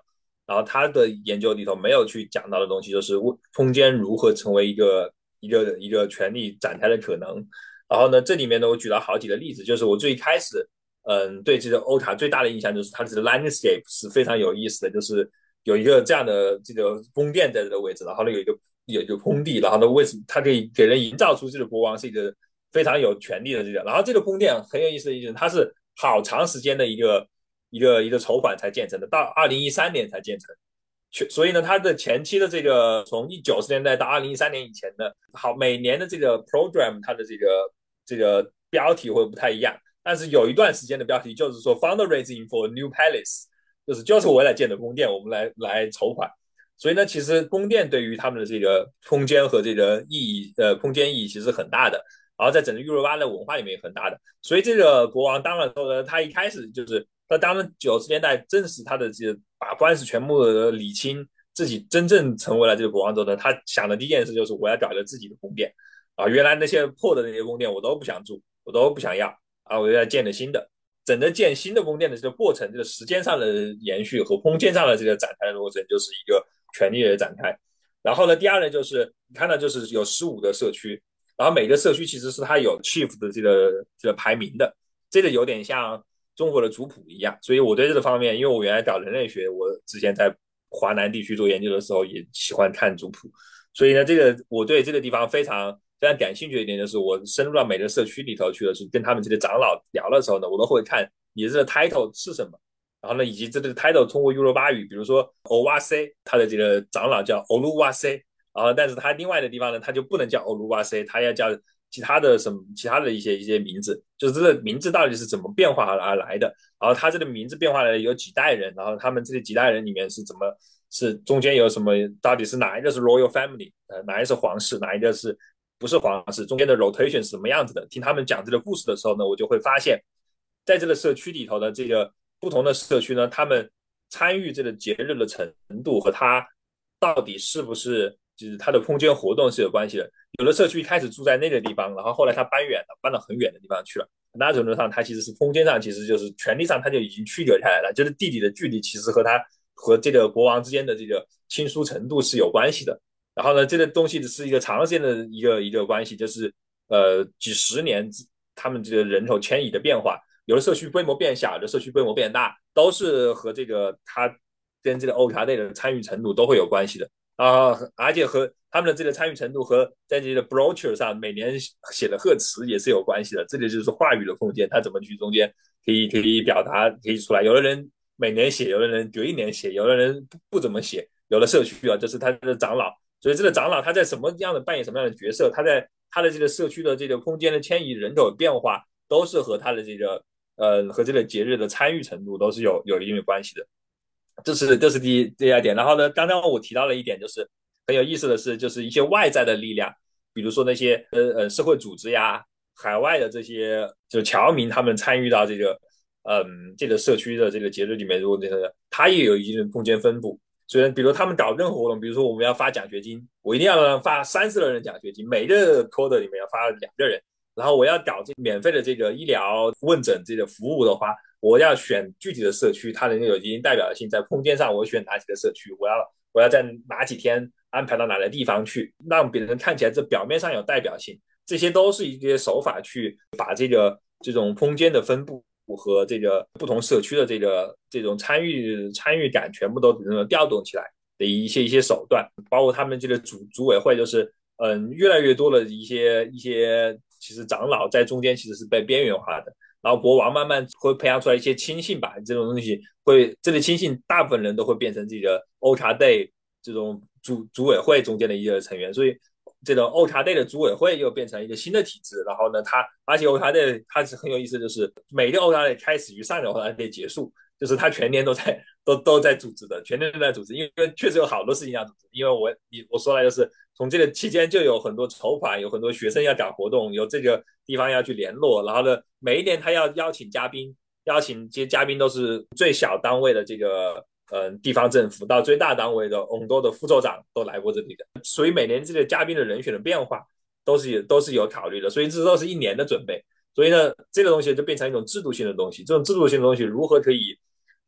然后他的研究里头没有去讲到的东西，就是空间如何成为一个一个一个权力展开的可能。然后呢，这里面呢，我举了好几个例子，就是我最开始，嗯，对这个欧塔最大的印象就是它的 landscape 是非常有意思的，就是有一个这样的这个宫殿在这个位置，然后呢有一个有一个空地，然后呢为什么它可以给人营造出这个国王是一个非常有权力的这个，然后这个宫殿很有意思的一点，它是好长时间的一个一个一个筹款才建成的，到二零一三年才建成。所以呢，它的前期的这个从一九十年代到二零一三年以前的，好每年的这个 program，它的这个这个标题会不太一样，但是有一段时间的标题就是说 fundraising for new palace，就是就是为了建的宫殿，我们来来筹款。所以呢，其实宫殿对于他们的这个空间和这个意义，呃，空间意义其实很大的。然后在整个幼儿巴的文化里面也很大的。所以这个国王当了之后呢，他一开始就是他当了九十年代，正是他的这个把官司全部理清，自己真正成为了这个国王之后呢，他想的第一件事就是我要搞一个自己的宫殿啊，原来那些破的那些宫殿我都不想住，我都不想要啊，我要建了新的。整个建新的宫殿的这个过程，这个时间上的延续和空间上的这个展开的过程，就是一个权力的展开。然后呢，第二呢，就是你看到就是有十五个社区，然后每个社区其实是它有 chief 的这个这个排名的，这个有点像中国的族谱一样。所以我对这个方面，因为我原来搞人类学，我之前在华南地区做研究的时候也喜欢看族谱，所以呢，这个我对这个地方非常非常感兴趣的一点就是，我深入到每个社区里头去的是跟他们这个长老聊的时候呢，我都会看你这个 title 是什么。然后呢，以及这个 title 通过优罗巴语，比如说 O 哇塞，他的这个长老叫 Olu 哇塞，然后但是他另外的地方呢，他就不能叫 Olu 哇塞，他要叫其他的什么其他的一些一些名字，就是这个名字到底是怎么变化而来的，然后他这个名字变化了有几代人，然后他们这几代人里面是怎么是中间有什么，到底是哪一个是 royal family，呃，哪一个是皇室，哪一个是不是皇室，中间的 rotation 是什么样子的？听他们讲这个故事的时候呢，我就会发现，在这个社区里头的这个不同的社区呢，他们参与这个节日的程度和他到底是不是就是他的空间活动是有关系的。有的社区一开始住在那个地方，然后后来他搬远了，搬到很远的地方去了。很大程度上，他其实是空间上，其实就是权力上，他就已经区隔开来了。就是地理的距离，其实和他和这个国王之间的这个亲疏程度是有关系的。然后呢，这个东西是一个长时间的一个一个关系，就是呃几十年他们这个人口迁移的变化。有的社区规模变小，有的社区规模变大，都是和这个它跟这个欧茶类的参与程度都会有关系的啊、呃，而且和他们的这个参与程度和在这个 brochure 上每年写的贺词也是有关系的。这里就是话语的空间，它怎么去中间可以可以表达可以出来。有的人每年写，有的人隔一年写，有的人不不怎么写。有的社区啊，就是他的长老，所以这个长老他在什么样的扮演什么样的角色，他在他的这个社区的这个空间的迁移、人口变化，都是和他的这个呃和这个节日的参与程度都是有有一定关系的。这是这是第一第二点。然后呢，刚刚我提到了一点，就是很有意思的是，就是一些外在的力量，比如说那些呃呃社会组织呀，海外的这些就侨民，他们参与到这个嗯这个社区的这个节日里面，如果那个他也有一定的空间分布。所以，比如他们搞任何活动，比如说我们要发奖学金，我一定要发三十个人奖学金，每个 code 里面要发两个人。然后我要搞这免费的这个医疗问诊这个服务的话，我要选具体的社区，它能有一定代表性，在空间上我选哪几个社区，我要我要在哪几天安排到哪个地方去，让别人看起来这表面上有代表性，这些都是一些手法去把这个这种空间的分布和这个不同社区的这个这种参与参与感全部都调动起来的一些一些手段，包括他们这个组组委会，就是嗯越来越多的一些一些其实长老在中间其实是被边缘化的。然后国王慢慢会培养出来一些亲信吧，这种东西会，这类亲信大部分人都会变成这个 Ultra Day 这种组组委会中间的一个成员，所以这种 Ultra Day 的组委会又变成一个新的体制。然后呢，它而且 Ultra Day 它是很有意思，就是每个 Ultra Day 开始于上个 Ultra Day 结束，就是它全年都在都都在组织的，全年都在组织，因为确实有好多事情要组织。因为我你我说来就是从这个期间就有很多筹款，有很多学生要搞活动，有这个地方要去联络，然后呢，每一年他要邀请嘉宾，邀请这些嘉宾都是最小单位的这个呃地方政府到最大单位的很多的副州长都来过这里的，所以每年这个嘉宾的人选的变化都是都是有考虑的，所以这都是一年的准备。所以呢，这个东西就变成一种制度性的东西，这种制度性的东西如何可以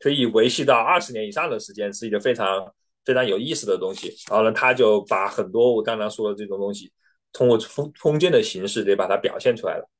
可以维系到二十年以上的时间，是一个非常非常有意思的东西。然后呢，他就把很多我刚刚说的这种东西，通过封封建的形式，得把它表现出来了。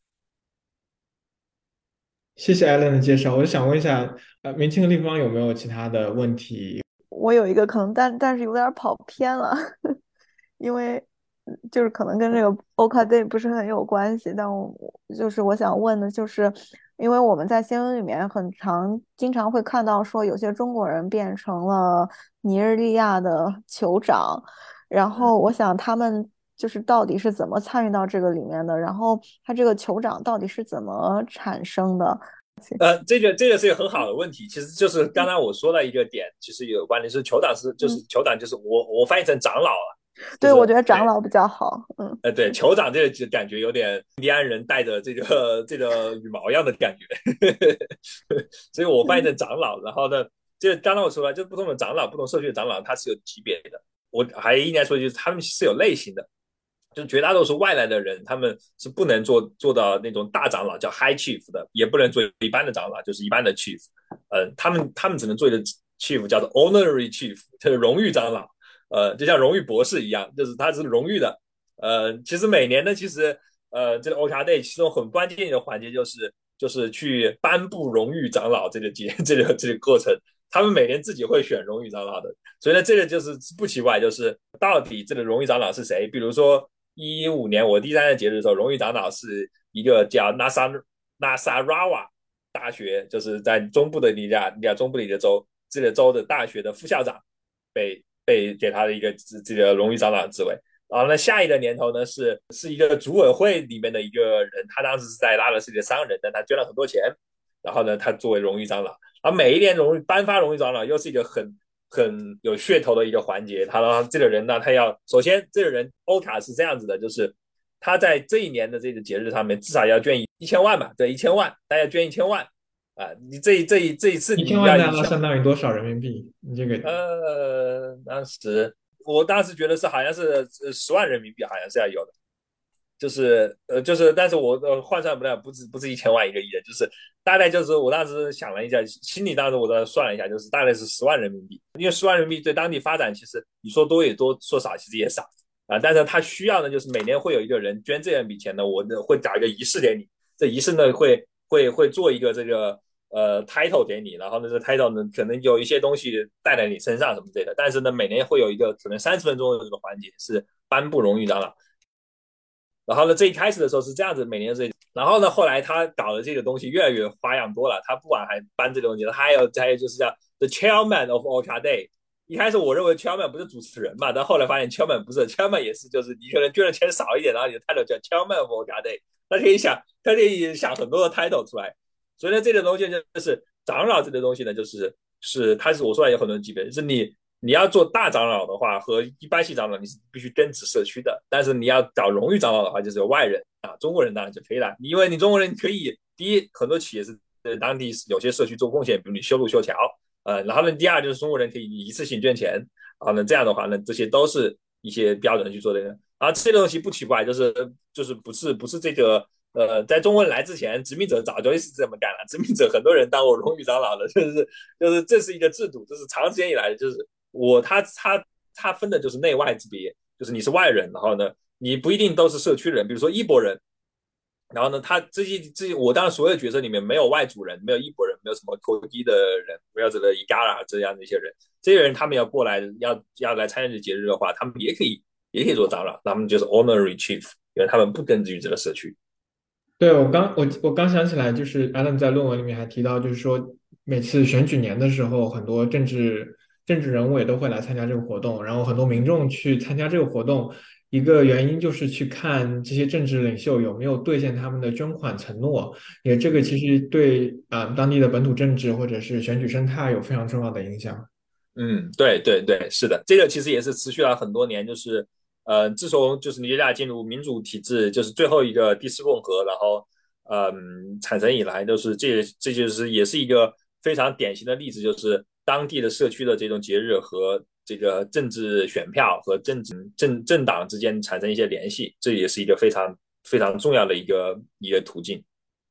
谢谢艾伦的介绍。我想问一下，呃，明清的立方有没有其他的问题？ 我有一个可能，但但是有点跑偏了，因为嗯就是可能跟这个 o k a day 不是很有关系。但我就是我想问的，就是因为我们在新闻里面很常经常会看到说，有些中国人变成了尼日利亚的酋长，然后我想他们就是到底是怎么参与到这个里面的，然后他这个酋长到底是怎么产生的？ 呃，这个这个是一个很好的问题，其实就是刚刚我说了一个点，其实有关的是酋长是就是嗯， 酋长就是我我翻译成长老了，就对， 是我觉得长对。 老比较好。嗯。 呃，对，酋长这个就感觉有点印第安人带着这个这个羽毛一样的感觉，所以我翻译成长老。然后呢，这刚刚我说了，就是不同的长老，不同社区的长老，它是有级别的。我还应该说，就是他们是有类型的，就绝大多数外来的人，他们是不能做做到那种大长老叫 high chief 的，也不能做一般的长老，就是一般的 chief。呃，他们他们只能做一个 chief，叫做 honorary chief，就是荣誉长老。呃，就像荣誉博士一样，就是他是荣誉的。呃，其实每年呢，其实呃，这个 O K A Day 其中很关键的环节就是就是去颁布荣誉长老这个节这个这个过程，他们每年自己会选荣誉长老的，所以呢，这个就是不奇怪，就是到底这个荣誉长老是谁？比如说一五年我第三个节日的时候，荣誉长老是一个叫 Nasa Nasarawa 大学，就是在中部的尼亚尼亚中部的一个州，这个州的大学的副校长被被给他的一个这个荣誉长老的职位。然后呢，下一个年头呢是是一个组委会里面的一个人，他当时是在拉的是一个商人，但他捐了很多钱，然后呢，他作为荣誉长老，然后每一年荣誉颁发荣誉长老又是一个很很有噱头的一个环节。他呢，这个人呢，他要首先这个人欧卡是这样子的，就是他在这一年的这个节日上面至少要捐一一千万吧，对，一千万，他要捐一千万啊！你这这一这一次一千你要一下， 万大概相当于多少人民币？你这个呃，当时我当时觉得是好像是十万人民币，好像是要有的。就是呃就是，但是我呃换算不了，不止不止一千万一个亿的，就是大概就是我当时想了一下，心里当时我都算了一下，就是大概是十万人民币，因为十万人民币对当地发展其实你说多也多，说少其实也少啊，但是他需要呢，就是每年会有一个人捐这样一笔钱呢，我呢会搞一个仪式给你，这仪式呢会会会做一个这个呃 title 给你，然后呢这 title 呢可能有一些东西带在你身上什么之类的，但是呢每年会有一个可能三十分钟的这个环节是颁布荣誉长老。然后呢，这一开始的时候是这样子，每年这，然后呢，后来他搞的这个东西越来越花样多了。他不管还搬这个东西，他还有还有就是叫 The Chairman of o k a Day。一开始我认为 Chairman 不是主持人嘛，但后来发现 Chairman 不是 Chairman 也是，就是你可能捐的钱少一点，然后你的 title 叫 Chairman of o k a Day，他可以想，他可以想很多的 title 出来。所以呢，这个东西就是长老这个东西呢，就是是它是我说的有很多级别，就是你你要做大长老的话，和一般系长老你是必须根植社区的，但是你要找荣誉长老的话，就是有外人啊，中国人当然就可以了，因为你中国人可以，第一，很多企业是在当地有些社区做贡献，比如你修路修桥，呃，然后呢，第二就是中国人可以一次性捐钱，然后呢，这样的话呢，这些都是一些标准去做的。然后这个东西不奇怪，就是就是不是不是这个呃，在中国人来之前，殖民者早就是这么干了。殖民者很多人当过荣誉长老的，就是就是这是一个制度，这是长时间以来的，就是我他他他分的就是内外之别，就是你是外人，然后呢，你不一定都是社区人，比如说伊博人，然后呢，他这些这些我当然所有角色里面没有外族人，没有伊博人，没有什么口译的人，没有这个伊嘎啦这样的一些人，这些人他们要过来要要来参加这节日的话，他们也可以也可以做长老，他们就是 honorary chief，因为他们不根植于这个社区。 对，我刚我我刚想起来，就是 Alan 在论文里面还提到，就是说每次选举年的时候，很多政治政治人物也都会来参加这个活动，然后很多民众去参加这个活动，一个原因就是去看这些政治领袖有没有兑现他们的捐款承诺，也这个其实对啊、呃当地的本土政治或者是选举生态有非常重要的影响。 嗯，对对对，是的，这个其实也是持续了很多年，就是呃，自从就是尼日利亚进入民主体制，就是最后一个第四共和，然后嗯产生以来，就是这这就是也是一个非常典型的例子，就是当地的社区的这种节日和这个政治选票和政治政政党之间产生一些联系，这也是一个非常非常重要的一个一个途径。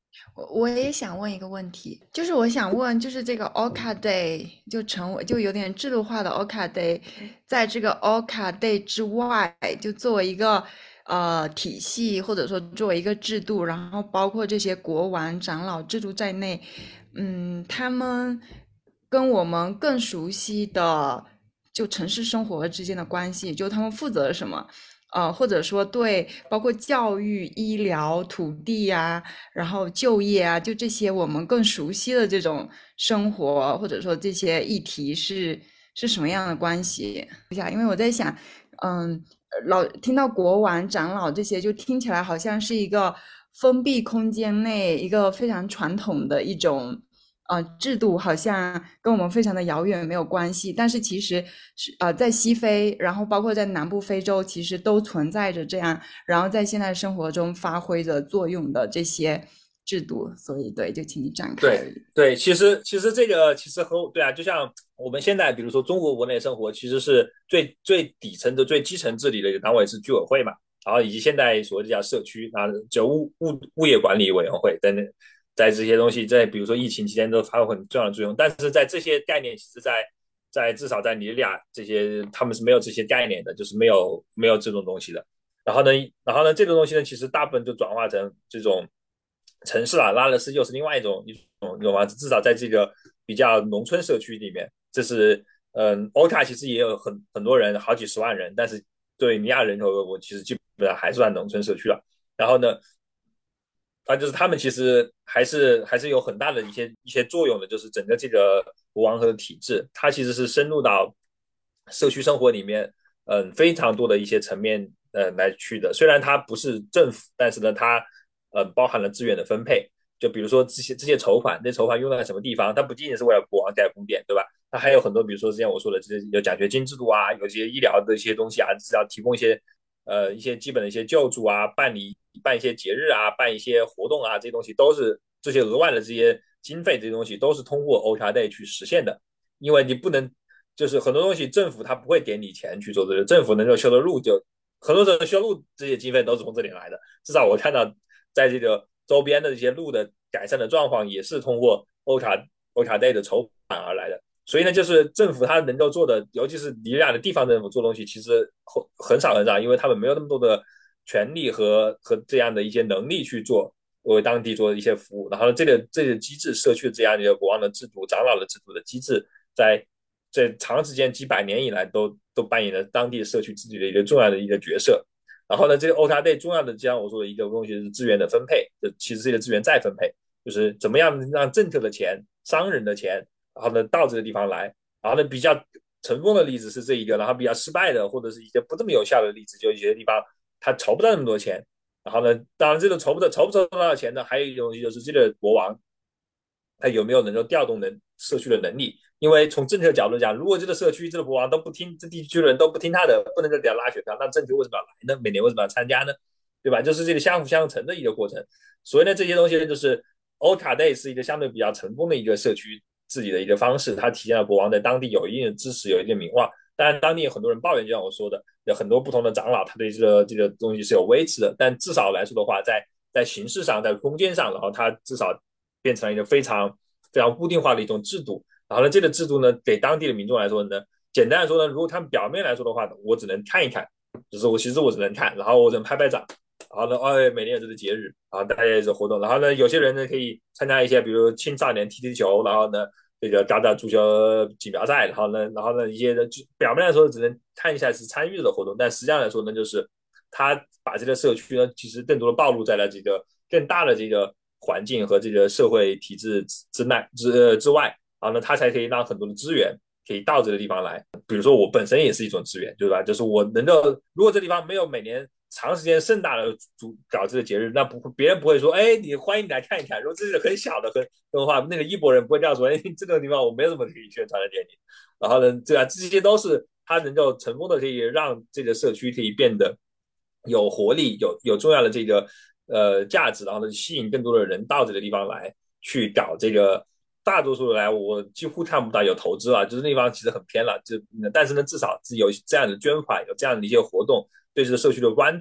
我我也想问一个问题，就是我想问，就是这个 Orca Day 就成为就有点制度化的 Orca Day，在这个 Orca Day 之外，就作为一个呃体系，或者说作为一个制度，然后包括这些国王、长老制度在内，嗯，他们跟我们更熟悉的就城市生活之间的关系，就他们负责什么？呃，或者说对，包括教育、医疗、土地呀、然后就业啊，就这些我们更熟悉的这种生活，或者说这些议题是是什么样的关系？一下，因为我在想，嗯，老听到国王、长老这些，就听起来好像是一个封闭空间内一个非常传统的一种。呃，制度好像跟我们非常的遥远，没有关系。但是其实是呃，在西非，然后包括在南部非洲，其实都存在着这样，然后在现在生活中发挥着作用的这些制度。所以，对，就请你展开。 对对，其实其实这个其实和对啊，就像我们现在比如说中国国内生活，其实是最最底层的、最基层治理的一个单位是居委会嘛，然后以及现在所谓的叫社区啊，就物物物业管理委员会在那，在这些东西在比如说疫情期间都发挥很重要的作用，但是在这些概念，其实在在至少在尼日利亚这些他们是没有这些概念的，就是没有没有这种东西的。然后呢，然后呢，这个东西呢，其实大部分就转化成这种城市啊，拉的是又是另外一种一种，你懂吗？至少在这个比较农村社区里面，这是嗯，欧卡其实也有很很多人，好几十万人，但是对尼亚人口，我其实基本上还算农村社区了。然后呢，啊，就是他们其实还是还是有很大的一些一些作用的，就是整个这个国王和体制，它其实是深入到社区生活里面，嗯，非常多的一些层面，呃，来去的。虽然它不是政府，但是呢，它呃包含了资源的分配。就比如说这些这些筹款，这筹款用在什么地方？它不仅仅是为了国王盖宫殿，对吧？它还有很多，比如说之前我说的，这些有奖学金制度啊，有这些医疗的一些东西啊，是要提供一些呃一些基本的一些救助啊，办理办一些节日啊，办一些活动啊，这些东西都是这些额外的这些经费，这些东西都是通过 O C R Day 去实现的。因为你不能就是很多东西政府它不会点你钱去做这个，政府能够修的路就很多时候修路这些经费都是从这里来的。至少我看到在这个周边的这些路的改善的状况也是通过 O C R O C R Day 的筹款而来的。所以呢，就是政府它能够做的，尤其是尼日利亚的地方政府做东西，其实很少很少，因为他们没有那么多的权利和和这样的一些能力去做为当地做一些服务。然后这个这个机制，社区这样一个国王的制度、长老的制度的机制，在在长时间几百年以来都都扮演了当地社区治理的一个重要的一个角色。然后呢，这个 O C R Day 重要的，就像我说的一个东西是资源的分配，这其实是一个资源再分配，就是怎么样让政策的钱、商人的钱，然后呢到这个地方来。然后呢，比较成功的例子是这一个，然后比较失败的或者是一些不这么有效的例子，就一些地方他筹不到那么多钱。然后呢，当然这个筹不到筹不筹到钱呢，还有一种东西就是这个国王他有没有能够调动能社区的能力。因为从政策角度讲，如果这个社区这个国王都不听，这地区的人都不听他的，不能给他拉选票，那政策为什么要来呢？每年为什么要参加呢？对吧？就是这个相辅相成的一个过程。所以呢，这些东西就是欧卡 day 是一个相对比较成功的一个社区治理的一个方式，它体现了国王在当地有一定的支持，有一定的名望。当然，当地有很多人抱怨，就像我说的，有很多不同的长老，他对这个这个东西是有维持的。但至少来说的话，在在形式上，在空间上，然后它至少变成了一个非常非常固定化的一种制度。然后呢，这个制度呢，给当地的民众来说呢，简单来说呢，如果他们表面来说的话，我只能看一看，就是我其实我只能看，然后我只能拍拍掌。然后呢，哎，每年有这个节日，然后大家也是活动。然后呢，有些人呢可以参加一些，比如青少年踢踢球，然后呢，这个打打足球锦标赛。然后呢，然后呢，一些人表面来说只能看一下是参与的活动，但实际上来说呢，就是他把这个社区呢，其实更多的暴露在了这个更大的这个环境和这个社会体制之内之之外。然后呢，他才可以让很多的资源可以到这个地方来。比如说我本身也是一种资源，对吧？就是我能够，如果这地方没有每年长时间盛大的搞这个节日，那不别人不会说，哎，你欢迎你来看一看。如果这是很小的很的话，那个伊博人不会这样说，哎，这个地方我没有什么可以宣传的给你。然后呢，对吧？这些都是他能够成功的可以让这个社区可以变得有活力，有有重要的这个呃价值，然后呢吸引更多的人到这个地方来去搞这个。大多数来我几乎看不到有投资啊，就是那地方其实很偏了，就但是呢，至少是有这样的捐款，有这样的一些活动，对这个社区的关注，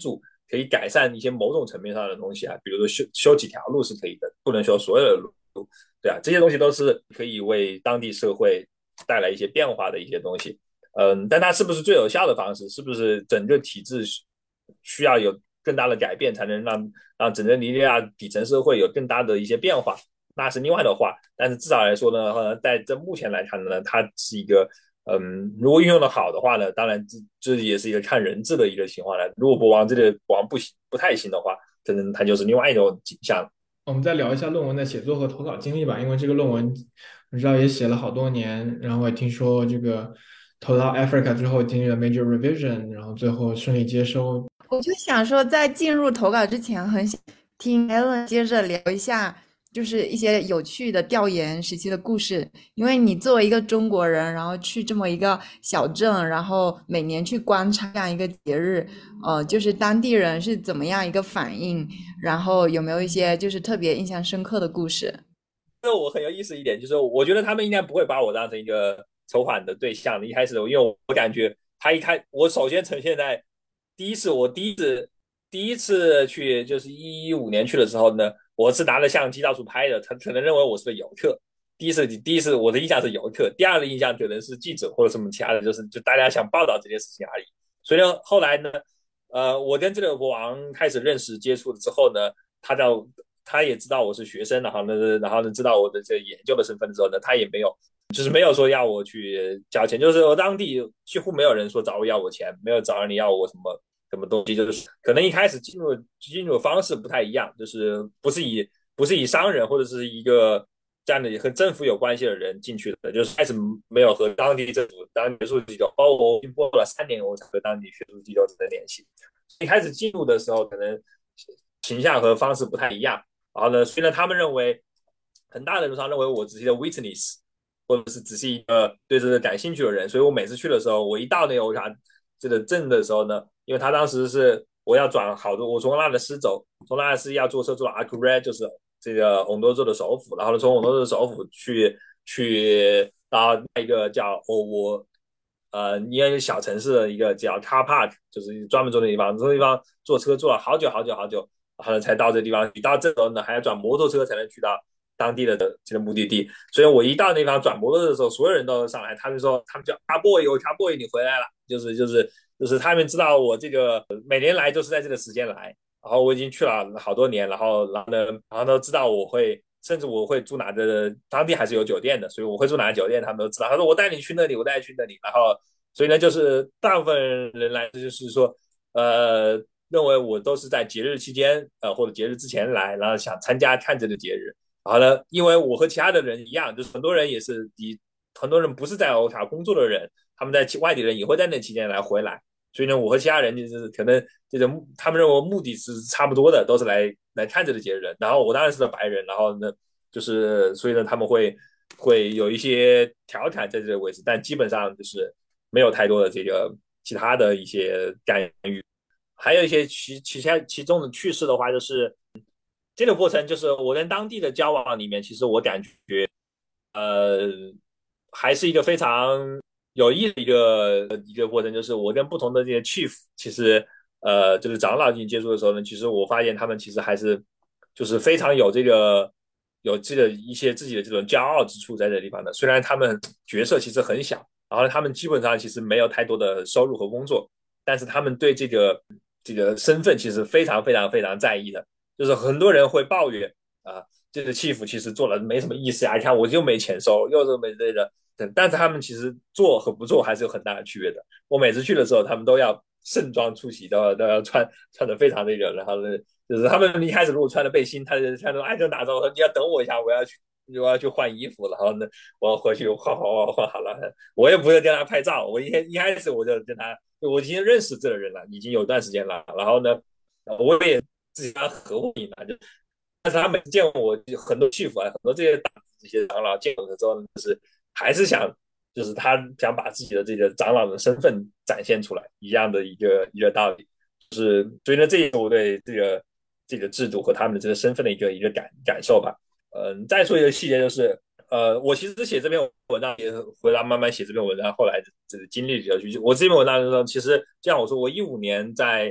可以改善一些某种层面上的东西啊，比如说修修几条路是可以的，不能修所有的路，对啊，这些东西都是可以为当地社会带来一些变化的一些东西。嗯，但它是不是最有效的方式？是不是整个体制需要有更大的改变，才能让让整个尼日利亚底层社会有更大的一些变化？那是另外的话。但是至少来说呢，在这目前来看呢，它是一个嗯，如果运用的好的话呢，当然这这也是一个看人质的一个情况了。如果国王这个国王不行不太行的话，可能它就是另外一种景象。 我们再聊一下论文的写作和投稿经历吧，因为这个论文我知道也写了好多年，然后我也听说这个投到 Africa 之后经历了 major revision，然后最后顺利接收。 我就想说，在进入投稿之前，很想听 Alan 接着聊一下，就是一些有趣的调研时期的故事。因为你作为一个中国人，然后去这么一个小镇，然后每年去观察这样一个节日，呃，就是当地人是怎么样一个反应，然后有没有一些就是特别印象深刻的故事？ 这我很有意思一点，就是我觉得他们应该不会把我当成一个筹款的对象的。一开始，因为我感觉他一开，我首先呈现在第一次，我第一次第一次去就是一五年去的时候呢，我是拿着相机到处拍的，他可能认为我是个游客。第一次第一次我的印象是游客，第二个印象可能是记者或者什么其他的，就是就大家想报道这件事情而已。所以呢，后来呢，呃，我跟这个国王开始认识接触了之后呢，他在他也知道我是学生，然后呢，然后呢知道我的这研究的身份之后呢，他也没有，就是没有说要我去交钱，就是我当地几乎没有人说找我要我钱，没有找你要我什么什么东西，就是可能一开始进入进入方式不太一样，就是不是以不是以商人或者是一个这样的和政府有关系的人进去的，就是开始没有和当地政府、当地学术机构，包括我经过了三年，我才和当地学术机构产生联系。一开始进入的时候，可能形象和方式不太一样。然后呢，虽然他们认为很大程度上认为我只是一个 witness， 或者是只是一个对这个感兴趣的人，所以我每次去的时候，我一到那个欧卡这个镇的时候呢，因为他当时是我要转好多，我从拉的斯走，从拉的斯要坐车坐到阿库瑞，就是这个洪都州的首府，然后呢从洪都州的首府去去到一个叫我我呃一个小城市的一个叫 car park， 就是专门坐的地方，这个地方坐车坐了好久好久好久。然后呢才到这地方。你到这时候呢，还要转摩托车才能去到当地的这个目的地。所以我一到那地方转摩托车的时候，所有人都上来，他们说他们叫阿 boy， 有阿 boy 你回来了，就是就是就是他们知道我这个每年来就是在这个时间来，然后我已经去了好多年，然后然后呢，然后都知道我会。甚至我会住哪的，当地还是有酒店的，所以我会住哪个酒店，他们都知道。他说我带你去那里，我带你去那里。然后，所以呢，就是大部分人来，就是说，呃，认为我都是在节日期间，呃，或者节日之前来，然后想参加看这个节日。然后呢，因为我和其他的人一样，就是很多人也是以很多人不是在欧卡工作的人，他们在外地人也会在那期间来回来。所以呢，我和其他人就是可能这个他们认为目的是差不多的，都是来来看这个节日的。然后我当然是个白人，然后呢，就是所以呢，他们会会有一些调侃在这个位置，但基本上就是没有太多的这个其他的一些干预。还有一些其其他其中的趣事的话，就是这个过程，就是我跟当地的交往里面，其实我感觉，呃，还是一个非常有意思的一个一个过程，就是我跟不同的这些 chief，其实呃，就是长老进行接触的时候呢，其实我发现他们其实还是就是非常有这个有这个一些自己的这种骄傲之处在这个地方的。虽然他们角色其实很小，然后他们基本上其实没有太多的收入和工作，但是他们对这个这个身份其实非常非常非常在意的。就是很多人会抱怨啊，这个 chief 其实做了没什么意思啊，你看我又没钱收，又是没这个。但是他们其实做和不做还是有很大的区别的。我每次去的时候，他们都要盛装出席，都要都要穿穿的非常那个，然后呢，就是他们一开始如果穿的背心，他就他说哎就拿着，我说你要等我一下，我要去我要去换衣服，然后呢，我要回去换换换换好了，我也不会跟他拍照，我一一开始我就跟他，我已经认识这个人了，已经有段时间了，然后呢，我也自己跟他合伙人了，就但是他每次见我很多去服啊，很多这些大这些长老见我的时候，就是还是想，就是他想把自己的这个长老的身份展现出来，一样的一个一个道理。就是所以呢，这也是我对这个这个制度和他们的这个身份的一个一个感感受吧。嗯，再说一个细节就是，呃，我其实写这篇文章也回来慢慢写这篇文章，后来这个经历里头去，我这篇文章的时候，其实像我说，我一五年在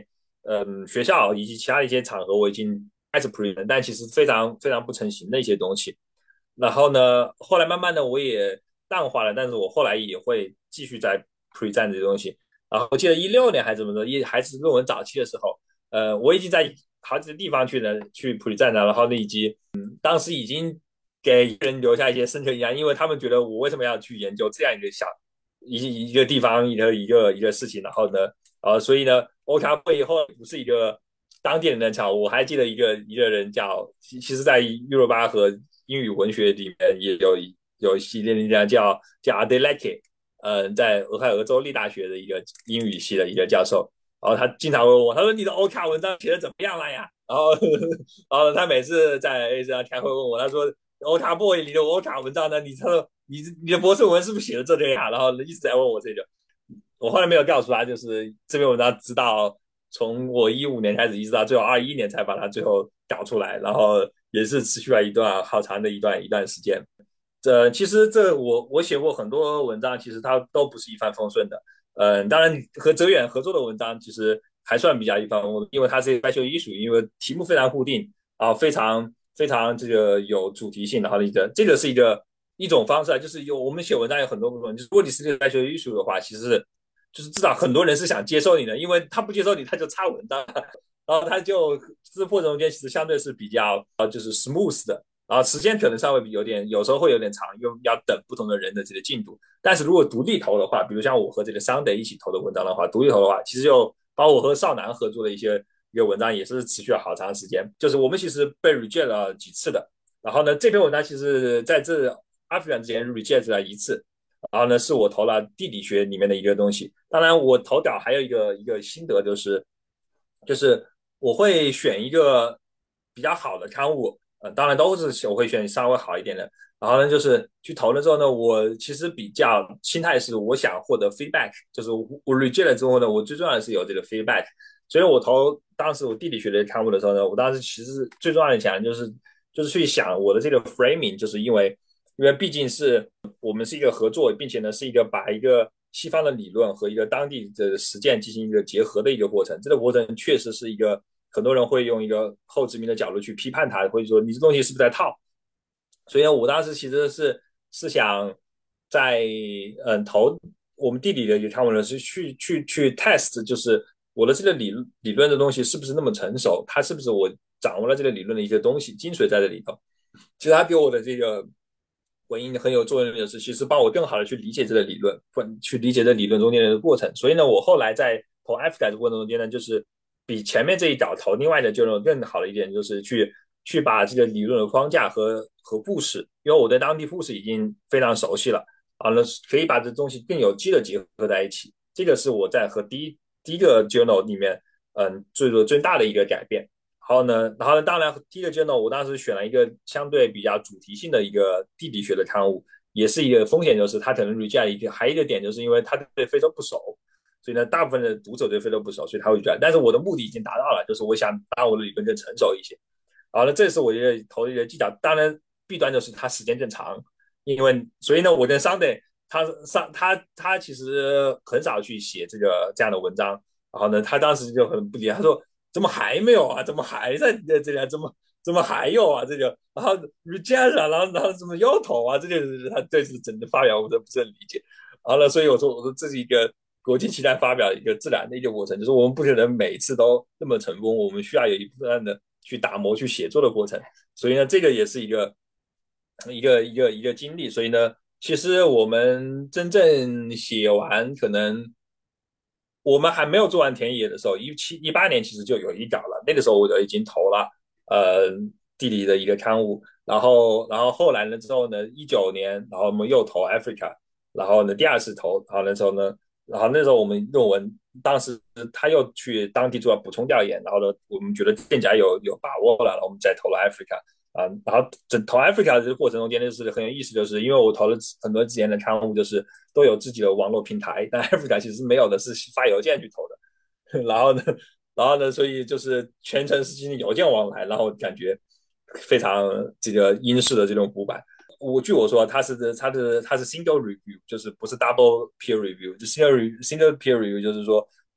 嗯学校以及其他的一些场合我已经开始 present，但其实非常非常不成形的一些东西。然后呢，后来慢慢的我也淡化了，但是我后来也会继续在 present 这些东西。然后我记得一六年还是怎么着，一还是论文早期的时候，呃，我已经在好几个地方去呢去 present 了，然后呢，以及嗯，当时已经给人留下一些深刻印象，因为他们觉得我为什么要去研究这样一个小一一个地方一个一个一个事情，然后呢，呃，所以呢 o 卡会后不是一个当地人的叫，我还记得一个一个人叫，其其实在 Europa 和英语文学里面也有有一系列人家叫叫 Adeleke， 呃，在俄亥俄州立大学的一个英语系的一个教授，然后他经常问我，他说你的 o 卡文章写的怎么样了呀？然后然后他每次在 A 上开会问我，他说 o 卡 boy 你的 o 卡文章呢？你他说你你的博士文是不是写的这个呀？然后一直在问我这个。我后来没有告诉他，就是这篇文章直到从我一五年开始，一直到最后二一年才把它最后搞出来，然后也是持续了一段好长的一段一段时间。这其实这我我写过很多文章，其实它都不是一帆风顺的。嗯，当然和哲远合作的文章其实还算比较一帆风顺，因为它是 special issue，因为题目非常固定啊，非常非常这个有主题性，然后一个这个是一个一种方式，就是有我们写文章有很多部分，就是如果你是个 special issue 的话，其实就是至少很多人是想接受你的，因为他不接受你，他就插文章，然后他就这过程中间其实相对是比较呃就是 smooth 的，然后时间可能稍微有点，有时候会有点长，又要等不同的人的这个进度。但是如果独立投的话，比如像我和这个 Sunday 一起投的文章的话，独立投的话，其实就包括我和少南合作的一些一个文章，也是持续了好长时间。就是我们其实被 reject 了几次的，然后呢，这篇文章其实在这 African 之前 reject 了一次。然后呢，是我投了地理学里面的一个东西。当然，我投稿还有一个一个心得就是，就是我会选一个比较好的刊物，呃，当然都是我会选稍微好一点的。然后呢，就是去投了之后呢，我其实比较心态是我想获得 feedback，就是我 reject 了之后呢，我最重要的是有这个 feedback。所以我投当时我地理学的刊物的时候呢，我当时其实最重要的想就是就是去想我的这个 framing，就是因为因为毕竟是我们是一个合作，并且呢是一个把一个西方的理论和一个当地的实践进行一个结合的一个过程。这个过程确实是一个很多人会用一个后殖民的角度去批判它，会说你这东西是不是在套？所以我当时其实是是想在嗯投我们地理的一个刊物呢，是去去去 test，就是我的这个理理论的东西是不是那么成熟，它是不是我掌握了这个理论的一些东西精髓在这里头。其实它给我的这个回应很有作用的是，其实帮我更好的去理解这个理论，去理解这理论中间的过程。所以呢，我后来在投 F 改的过程中间呢，就是比前面这一稿投另外的就更好的一点，就是去去把这个理论的框架和和故事，因为我对当地故事已经非常熟悉了，啊，那可以把这东西更有机的结合在一起。这个是我在和第一第一个 journal 里面，嗯，最多最大的一个改变。然后呢，然后呢，当然第一个 journal 我当时选了一个相对比较主题性的一个地理学的刊物，也是一个风险，就是它可能 reject 一个，还有一个点就是因为它对非洲不熟，所以呢，大部分的读者对非洲不熟，所以他会 reject。但是我的目的已经达到了，就是我想让我的理论更成熟一些。然后呢，这是我觉得投的一个技巧。当然，弊端就是它时间更长，因为所以呢，我跟 Sunday 他上他他其实很少去写这个这样的文章。然后呢，他当时就很不解，他说。怎么还没有啊？怎么还在这里？怎么怎么还有啊？这个，然后 reject 啊，然后然后怎么又投啊？这就是他这次整个发表，我都不是很理解。然后呢，所以我说我说这是一个国际期刊发表一个自然的一个过程，就是我们不可能每一次都那么成功，我们需要有一部分的去打磨、去写作的过程。所以呢，这个也是一个一个一个一个经历。所以呢，其实我们真正写完可能。我们还没有做完田野的时候，一七一八年其实就有一稿了，那个时候我就已经投了呃地理的一个刊物，然后然后后来呢之后呢，一九年，然后我们又投 Africa， 然后呢第二次投，然后那时候呢，然后那时候我们论文当时他又去当地做了补充调研，然后呢我们觉得更加有有把握了，然后我们再投了 Africa。啊，然后整投 Africa 这个过程中间就是很有意思，就是因为我投了很多之前的刊物，就是都有自己的网络平台，但 Africa 其实没有的，是发邮件去投的。然后呢，然后呢，所以就是全程是进行邮件往来，然后感觉非常这个英式的这种古板。我据我说，它是它是它是 single review，就是不是 double peer review，就 single single peer review，就是说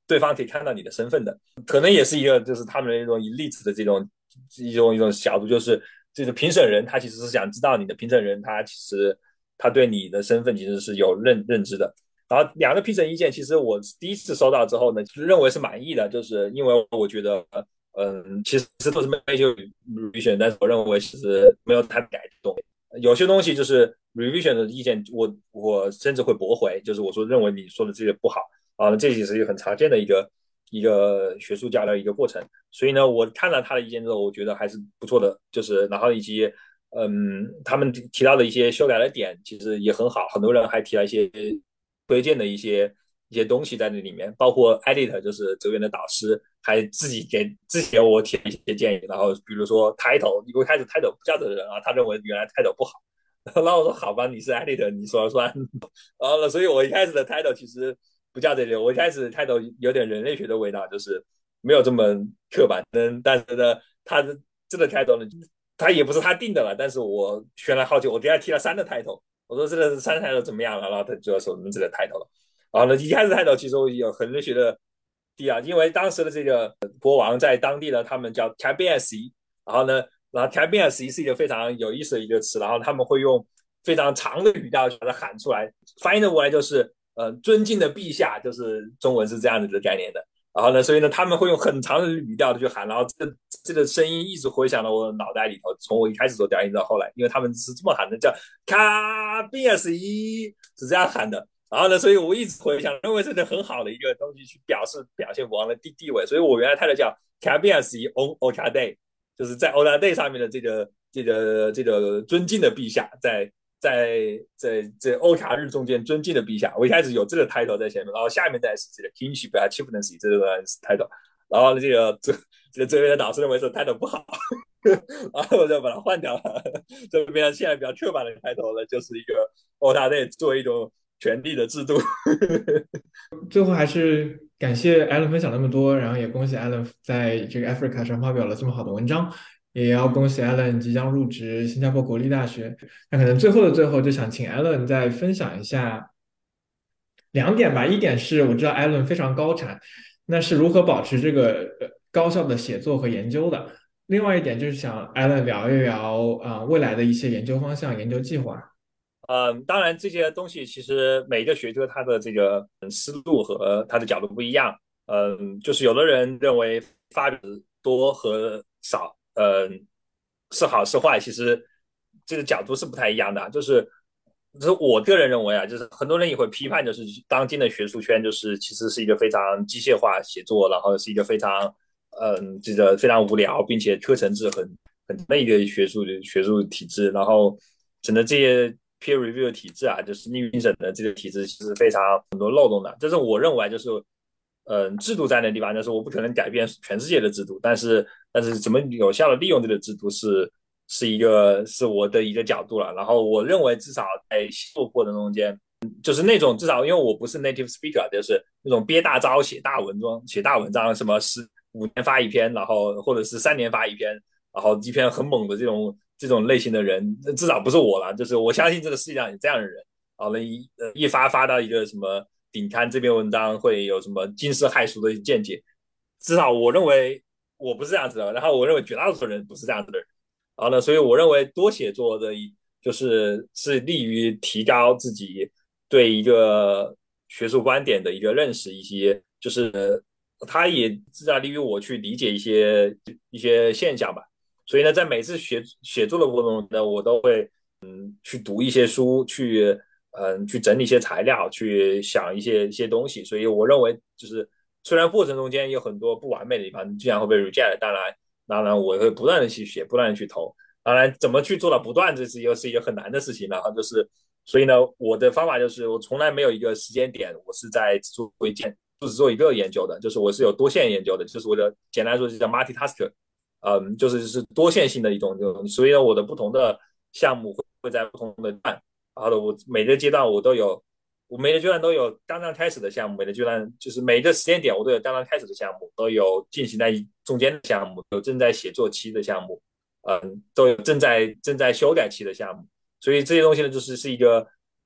对方可以看到你的身份的，可能也是一个就是他们的一种 elite 的这种一种一种角度，就是这个评审人他其实是想知道你的评审人他其实他对你的身份其实是有认认知的。然后两个评审意见，其实我第一次收到之后呢，就认为是满意的，就是因为我觉得，嗯，其实都是 major revision，但是我认为其实没有太改动。有些东西就是 revision 的意见，我我甚至会驳回，就是我说认为你说的这个不好啊，这也是一个很常见的一个一个学术家的一个过程。所以呢，我看了他的意见之后，我觉得还是不错的，就是然后以及嗯，他们提到的一些修改的点其实也很好，很多人还提了一些推荐的一些一些东西在这里面，包括 editor 就是哲源的导师，还自己给自己给我提了一些建议，然后比如说 title， 因为开始 title 不叫这个人啊，他认为原来 title 不好，然后我说好吧，你是 editor， 你说了算，然后所以我一开始的 title 其实不叫这个，我一开始 title 有点人类学的味道，就是没有这么刻板，但是呢，他的这个 title 呢，他也不是他定的了，但是我选了好久，我底下提了三个 title。我说这个三 title 怎么样了？然后他就要说我们这个 title 了。然后呢，一开始 title 其实我有很人学的地啊，因为当时的这个国王在当地呢，他们叫 Tabiasi， 然后呢，然后 Tabiasi 是一个非常有意思的一个词，然后他们会用非常长的语调把它喊出来，翻译的过来就是呃尊敬的陛下，就是中文是这样子的概念的。然后呢，所以呢，他们会用很长的语调的去喊，然后这个这个声音一直回响到我的脑袋里头，从我一开始做调音到后来，因为他们是这么喊的，叫卡比亚斯一，是这样喊的。然后呢，所以我一直回想，认为这是很好的一个东西去表示表现王的地地位，所以我原来泰的叫卡比亚斯一 on Oka Day， 就是在 Oka Day 上面的这个这个这个尊敬的陛下，在。在在在欧卡日中间尊敬的陛下，我一开始有这个 title 在前面，然后下面再是这个 kingship 啊 chieftaincy 这个 title， 然后这个这这个这边的导师认为说 title 不好，然后我就把它换掉了。这边现在比较刻板的 title 呢，就是一个欧大队作为一种权力的制度。 最后还是感谢 Alan 分享那么多，然后也恭喜 Alan 在这个 Africa 上发表了这么好的文章。也要恭喜 Alan 即将入职新加坡国立大学。那可能最后的最后，就想请 Alan 再分享一下两点吧。一点是我知道 Alan 非常高产，那是如何保持这个高效的写作和研究的？另外一点就是想 Alan 聊一聊啊、呃、未来的一些研究方向、研究计划。 嗯，当然这些东西其实每一个学科它的这个思路和它的角度不一样。嗯，就是有的人认为发表多和少，嗯，是好是坏，其实这个角度是不太一样的。就是就是我个人认为啊，就是很多人也会批判，就是当今的学术圈就是其实是一个非常机械化写作，然后是一个非常嗯这个非常无聊，并且课程制很很的一个学术的学术体制，然后整个这些 peer review 的体制啊，就是匿名审的这个体制，其实非常很多漏洞的。这是我认为就是，嗯，制度在那地方，就是我不可能改变全世界的制度，但是但是怎么有效的利用这个制度是是一个是我的一个角度了。然后我认为至少在写作过程中间，就是那种至少因为我不是 native speaker，就是那种憋大招写大文章写大文章，什么十五年发一篇，然后或者是三年发一篇，然后一篇很猛的这种这种类型的人，至少不是我了。就是我相信这个世界上有这样的人，好了一一发发到一个什么顶刊，这篇文章会有什么惊世骇俗的见解，至少我认为我不是这样子的，然后我认为绝大多数人不是这样子的人。然后呢，所以我认为多写作的就是是利于提高自己对一个学术观点的一个认识，一些就是它也至少利于我去理解一些一些现象吧。所以呢，在每次写写作的过程中呢，我都会嗯去读一些书，去嗯去整理一些材料，去想一些一些东西。所以我认为就是虽然过程中间有很多不完美的地方，经常会被 reject， 当然当然我会不断的去写，不断的去投。当然，怎么去做到不断，这是又是一个很难的事情。然后就是，所以呢，我的方法就是，我从来没有一个时间点，我是在做一件，就只做一个研究的，就是我是有多线研究的，就是我的简单来说就叫 multitasker， 嗯，就是是多线性的一种这种。所以呢，我的不同的项目会会在不同的段，然后呢，我每个阶段我都有，我每个阶段都有刚刚开始的项目，每个阶段就是每个时间点我都有刚刚开始的项目，都有进行在中间的项目，有正在写作期的项目。嗯，都有正在正在修改期的项目，所以这些东西呢，就是是一个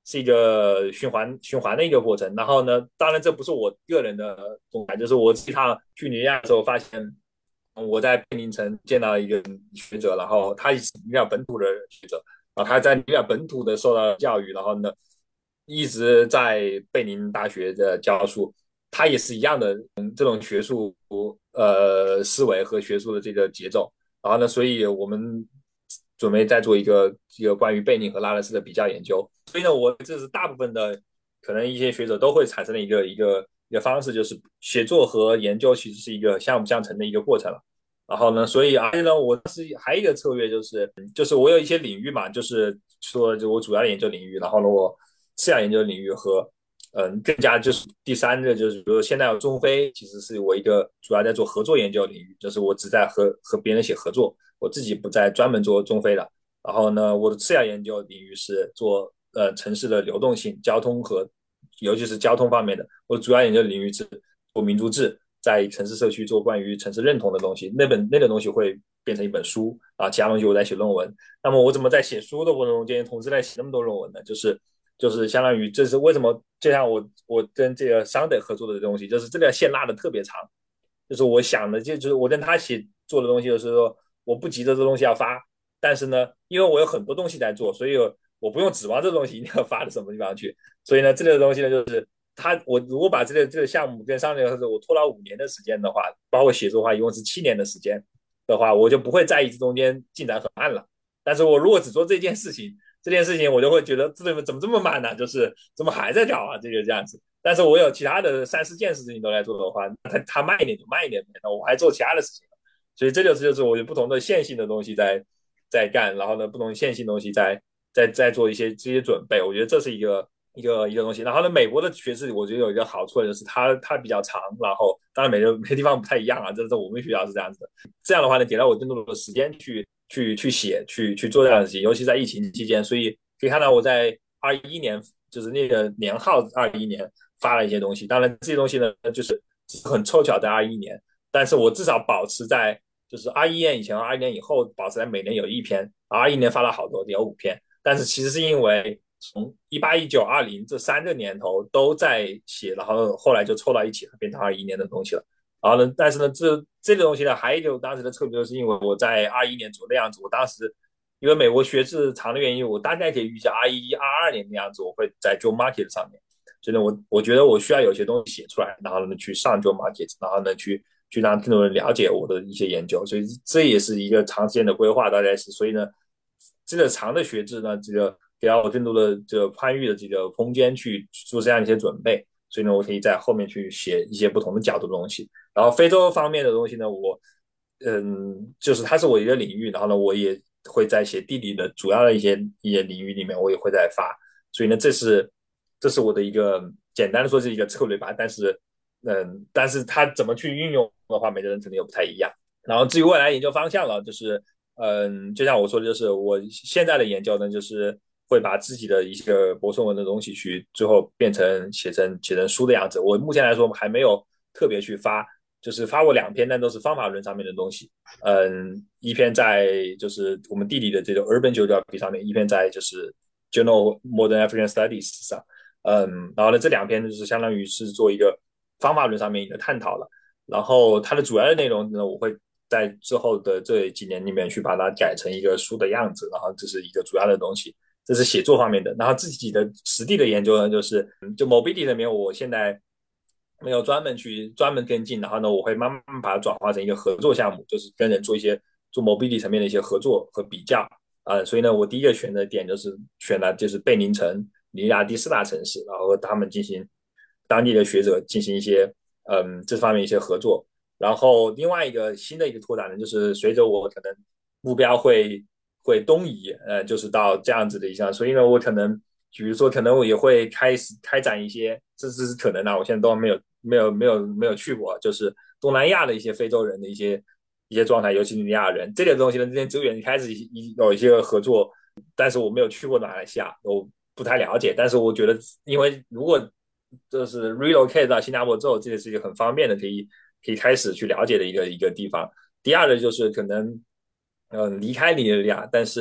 是一个循环循环的一个过程。然后呢，当然这不是我个人的总感，就是我这趟去尼日利亚的时候发现，我在贝宁城见到一个学者，然后他是尼日利亚本土的学者，然后他在尼日利亚本土的受到教育，然后呢一直在贝宁大学的教书，他也是一样的这种学术呃思维和学术的这个节奏。然后呢，所以我们准备再做一个一个关于贝宁和拉勒斯的比较研究。所以呢，我这是大部分的可能一些学者都会产生的一个一个一个方式，就是写作和研究其实是一个相辅相成的一个过程了。然后呢，所以而且呢，我是还有一个策略就是，就是我有一些领域嘛，就是说就我主要的研究领域，然后呢，我次要研究领域和嗯更加就是第三个就是，比如现在中非其实是我一个主要在做合作研究领域，就是我只在和和别人写合作，我自己不再专门做中非的。然后呢，我的次要研究领域是做呃城市的流动性、交通和尤其是交通方面的。我主要研究领域是做民族志，在城市社区做关于城市认同的东西，那本那个东西会变成一本书啊，其他东西我在写论文。那么我怎么在写书的过程中间同时在写那么多论文呢？就是就是相当于这是为什么就像我我跟这个桑德合作的东西，就是这个线拉的特别长，就是我想的就就是我跟他写做的东西，就是说我不急着这东西要发，但是呢，因为我有很多东西在做，所以我不用指望这东西一定要发到什么地方去。所以呢，这个东西呢，就是他我如果把这个这个项目跟上那个我拖了五年的时间的话，包括写作的话，一共是七年的时间的话，我就不会在意这中间进展很慢了。但是我如果只做这件事情，这件事情我就会觉得这怎么这么慢呢？就是怎么还在搞啊？这个这样子。但是我有其他的三四件事情都在做的话，它它慢一点就慢一点，那我还做其他的事情。所以这就是就是我有不同的线性的东西在在干，然后呢，不同线性的东西在在在做一些这些准备。我觉得这是一个一个一个东西。然后呢，美国的学制我觉得有一个好处就是它它比较长，然后当然每个每个地方不太一样啊，这是我们学校是这样子的。这样的话呢，给了我更多的时间去去去写，去去做这样的事情，尤其在疫情期间。所以可以看到我在二一年就是那个年号二一年发了一些东西。当然这些东西呢，就是很凑巧在二一年，但是我至少保持在就是二一年以前和二一年以后保持在每年有一篇，二一年发了好多，有五篇。但是其实是因为从一八、一九、二零这三个年头都在写，然后后来就凑到一起了，变成二一年的东西了。然后呢，但是呢，这这个东西呢，还有当时的策略，就是因为我在二一年左右的样子，我当时因为美国学制长的原因，我大概可以预计二一、二二年的样子，我会在 Joe Market 上面。所以呢，我我觉得我需要有些东西写出来，然后呢去上 Joe Market，然后呢去去让更多人了解我的一些研究。所以这也是一个长时间的规划，大概是所以呢，这个长的学制呢，这个给了我更多的这个宽裕的这个空间去做这样一些准备。所以呢，我可以在后面去写一些不同的角度的东西。然后非洲方面的东西呢，我嗯，就是它是我一个领域，然后呢，我也会在写地理的主要的一些一些领域里面，我也会在发。所以呢，这是这是我的一个简单的说是一个策略吧。但是嗯，但是它怎么去运用的话，每个人肯定又不太一样。然后至于未来研究方向了，就是嗯，就像我说的，就是我现在的研究呢，就是会把自己的一些博士文的东西去最后变成写成写成书的样子。我目前来说还没有特别去发，就是发过两篇，但都是方法论上面的东西。嗯，一篇在就是我们地理的这个 Urban Geography 上面，一篇在就是 Journal Modern African Studies 上。嗯，然后呢，这两篇就是相当于是做一个方法论上面一个探讨了。然后它的主要的内容呢，我会在之后的这几年里面去把它改成一个书的样子。然后这是一个主要的东西，这是写作方面的。然后自己的实地的研究呢，就是就 mobility 里面，我现在没有专门去专门跟进，然后呢，我会慢慢把它转化成一个合作项目，就是跟人做一些做 mobility 层面的一些合作和比较啊、呃。所以呢，我第一个选的点就是选了就是贝宁城，尼日利亚第四大城市，然后和他们进行当地的学者进行一些嗯这方面一些合作。然后另外一个新的一个拓展呢，就是随着我可能目标会会东移，呃，就是到这样子的一项，所以呢，我可能比如说可能我也会开始开展一些，这这是可能啊，我现在都没有没有没有没有去过，就是东南亚的一些非洲人的一些一些状态，尤其尼日利亚人这点东西呢，之前只有开始有一些合作，但是我没有去过马来西亚，我不太了解。但是我觉得，因为如果就是 relocate 到新加坡之后，这个是一个很方便的，可以可以开始去了解的一个一个地方。第二个就是可能，嗯、呃，离开尼日利亚，但是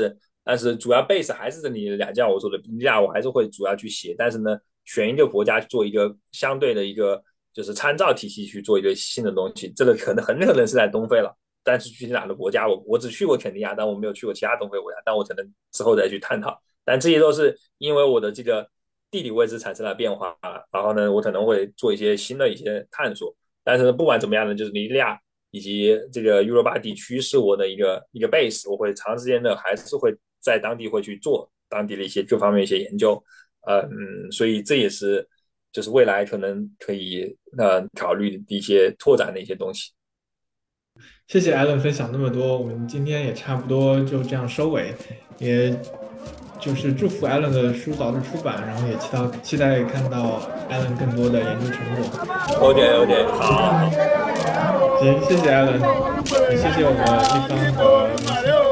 但是主要 base 还是你两件我说的尼日利亚，我还是会主要去写，但是呢，选一个国家做一个相对的一个就是参照体系去做一个新的东西，这个可能很可能是在东非了。但是具体哪个国家，我我只去过肯尼亚，但我没有去过其他东非国家，但我可能之后再去探讨。但这些都是因为我的这个地理位置产生了变化，然后呢，我可能会做一些新的一些探索。但是不管怎么样呢，就是尼日利亚以及这个 Europa 地区是我的一个一个 base， 我会长时间的还是会在当地会去做当地的一些各方面一些研究，呃嗯，所以这也是就是未来可能可以呃考虑的一些拓展的一些东西。 谢谢 Allen 分享那么多，我们今天也差不多就这样收尾，也就是祝福 Allen 的书早日出版，然后也期待期待看到 Allen 更多的研究成果。 OK OK， 好， 行，谢谢 Allen， 也谢谢我们一方和明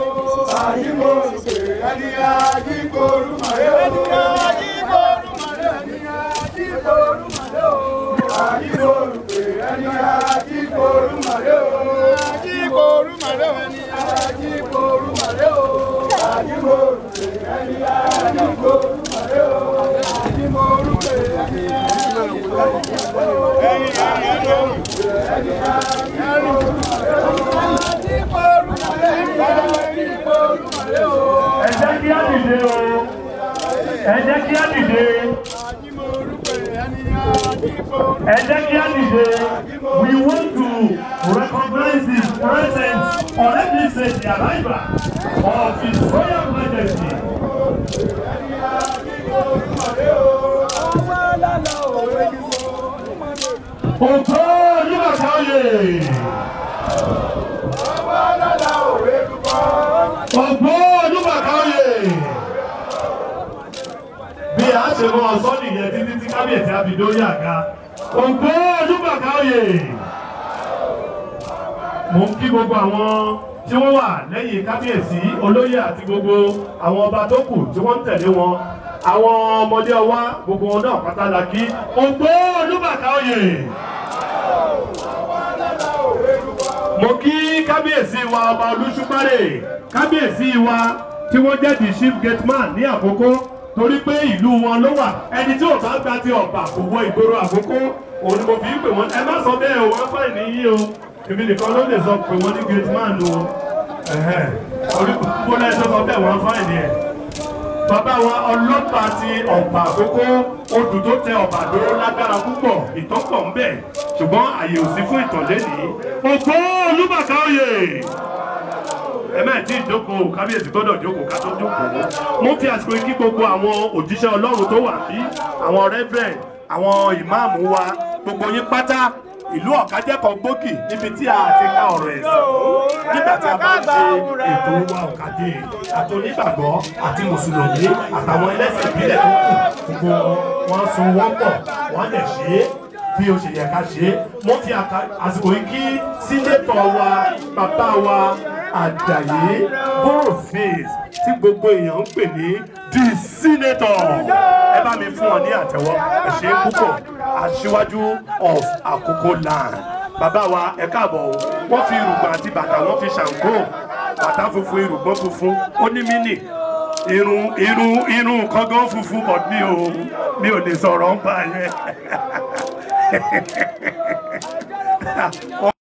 ẹ jẹ́ kí á dìde o ẹ jẹ́ kí á dìde ẹ jẹ́ kí á dìde we want to recognize his presence or let me say the arrival of his royal majesty. Ògo Olúbàkáoyè. Ògo Olúbàkáoyè. Bí a ṣe mọ ọ̀sán nìyẹn títí tí kábíyèsí àbídórí àga. Ògo Olúbàkáoyè. Mo ń kí gbogbo àwọn tí wọ́n wà lẹ́yìn kábíyèsí olóyè àti gbogbo àwọn ọba tó kù tí wọ́n ń tẹ̀lé wọn. Àwọn ọmọdé ọwá gbogbo wọn náà pátá la kí. Ògo Olúbàkáoyè. Mo kí kábíyèsí wa ọba Olúṣúpárè, kábíyèsí wa tí wọ́n jẹ́ the chief gate man ní Àkókó torí pé ìlú wọn ló wà. Ẹni tí ò bá gba ti ọ̀bà kò wọ ìgboro Àkókó, òun ni mo fi ń pè wọ́n. Ẹ má sọ bẹ́ẹ̀ o, wọ́n fà ní yín o. Èmi nìkan ló lè sọ pé wọ́n ní gate man o. Orí kó lẹ́yìn tó sọ bẹ́ẹ̀ wọ́n fà ní ẹ̀. Bàbá wa ọlọ́pàá ti ọ̀bà Àkókó, odù tó tẹ ọ̀bà dúró lágbára púpọ̀, ìtọ́pọ̀ ń bẹ, ṣùgbọ́n àyè ò sí fún ìtàn lẹ́nìí. Ògo Olúbàkáoyè. Ẹ má tí ì jókòó, kábíyèsí gbọ́dọ̀ jókòó ká tó jókòó. Mo fi àsìkò kí gbogbo àwọn òjíṣẹ́ Ọlọ́run tó wà bí, àwọn reverend, àwọn ìmáàmù wa, gbogbo yín pátá. Ìlú Ọ̀kájẹ́kọ̀ọ́ gbòkì níbi tí a ti ka ọ̀rọ̀ ẹ̀sìn nígbà tí a bá ń ṣe ètò wa Ọ̀kadé àti onígbàgbọ́ àti mùsùlùmí àtàwọn ẹlẹ́sìn ìbílẹ̀ tó kù gbogbo wọn sun wọ́n pọ̀ wọ́n lè ṣe é bí o ṣe yẹ ká ṣe é. Mo fi àsìkò yìí kí sínétọ̀ wa bàbá wa Àjàyí Boroface tí gbogbo èèyàn ń pè ní the senator. Ẹ bá mi fún ọ ní àtẹ́wọ́ ẹ ṣé púpọ̀ aṣíwájú of Àkókó land. Bàbá wa ẹ káàbọ̀ o, wọ́n fi irùngbọ̀n àti bàtà wọ́n fi ṣàǹkó, bàtà funfun irùngbọ̀n funfun ó ní mínì, irun irun irun kọ́gán funfun bọ̀ mi ò mi ò lè sọ̀rọ̀ ń pa yẹn.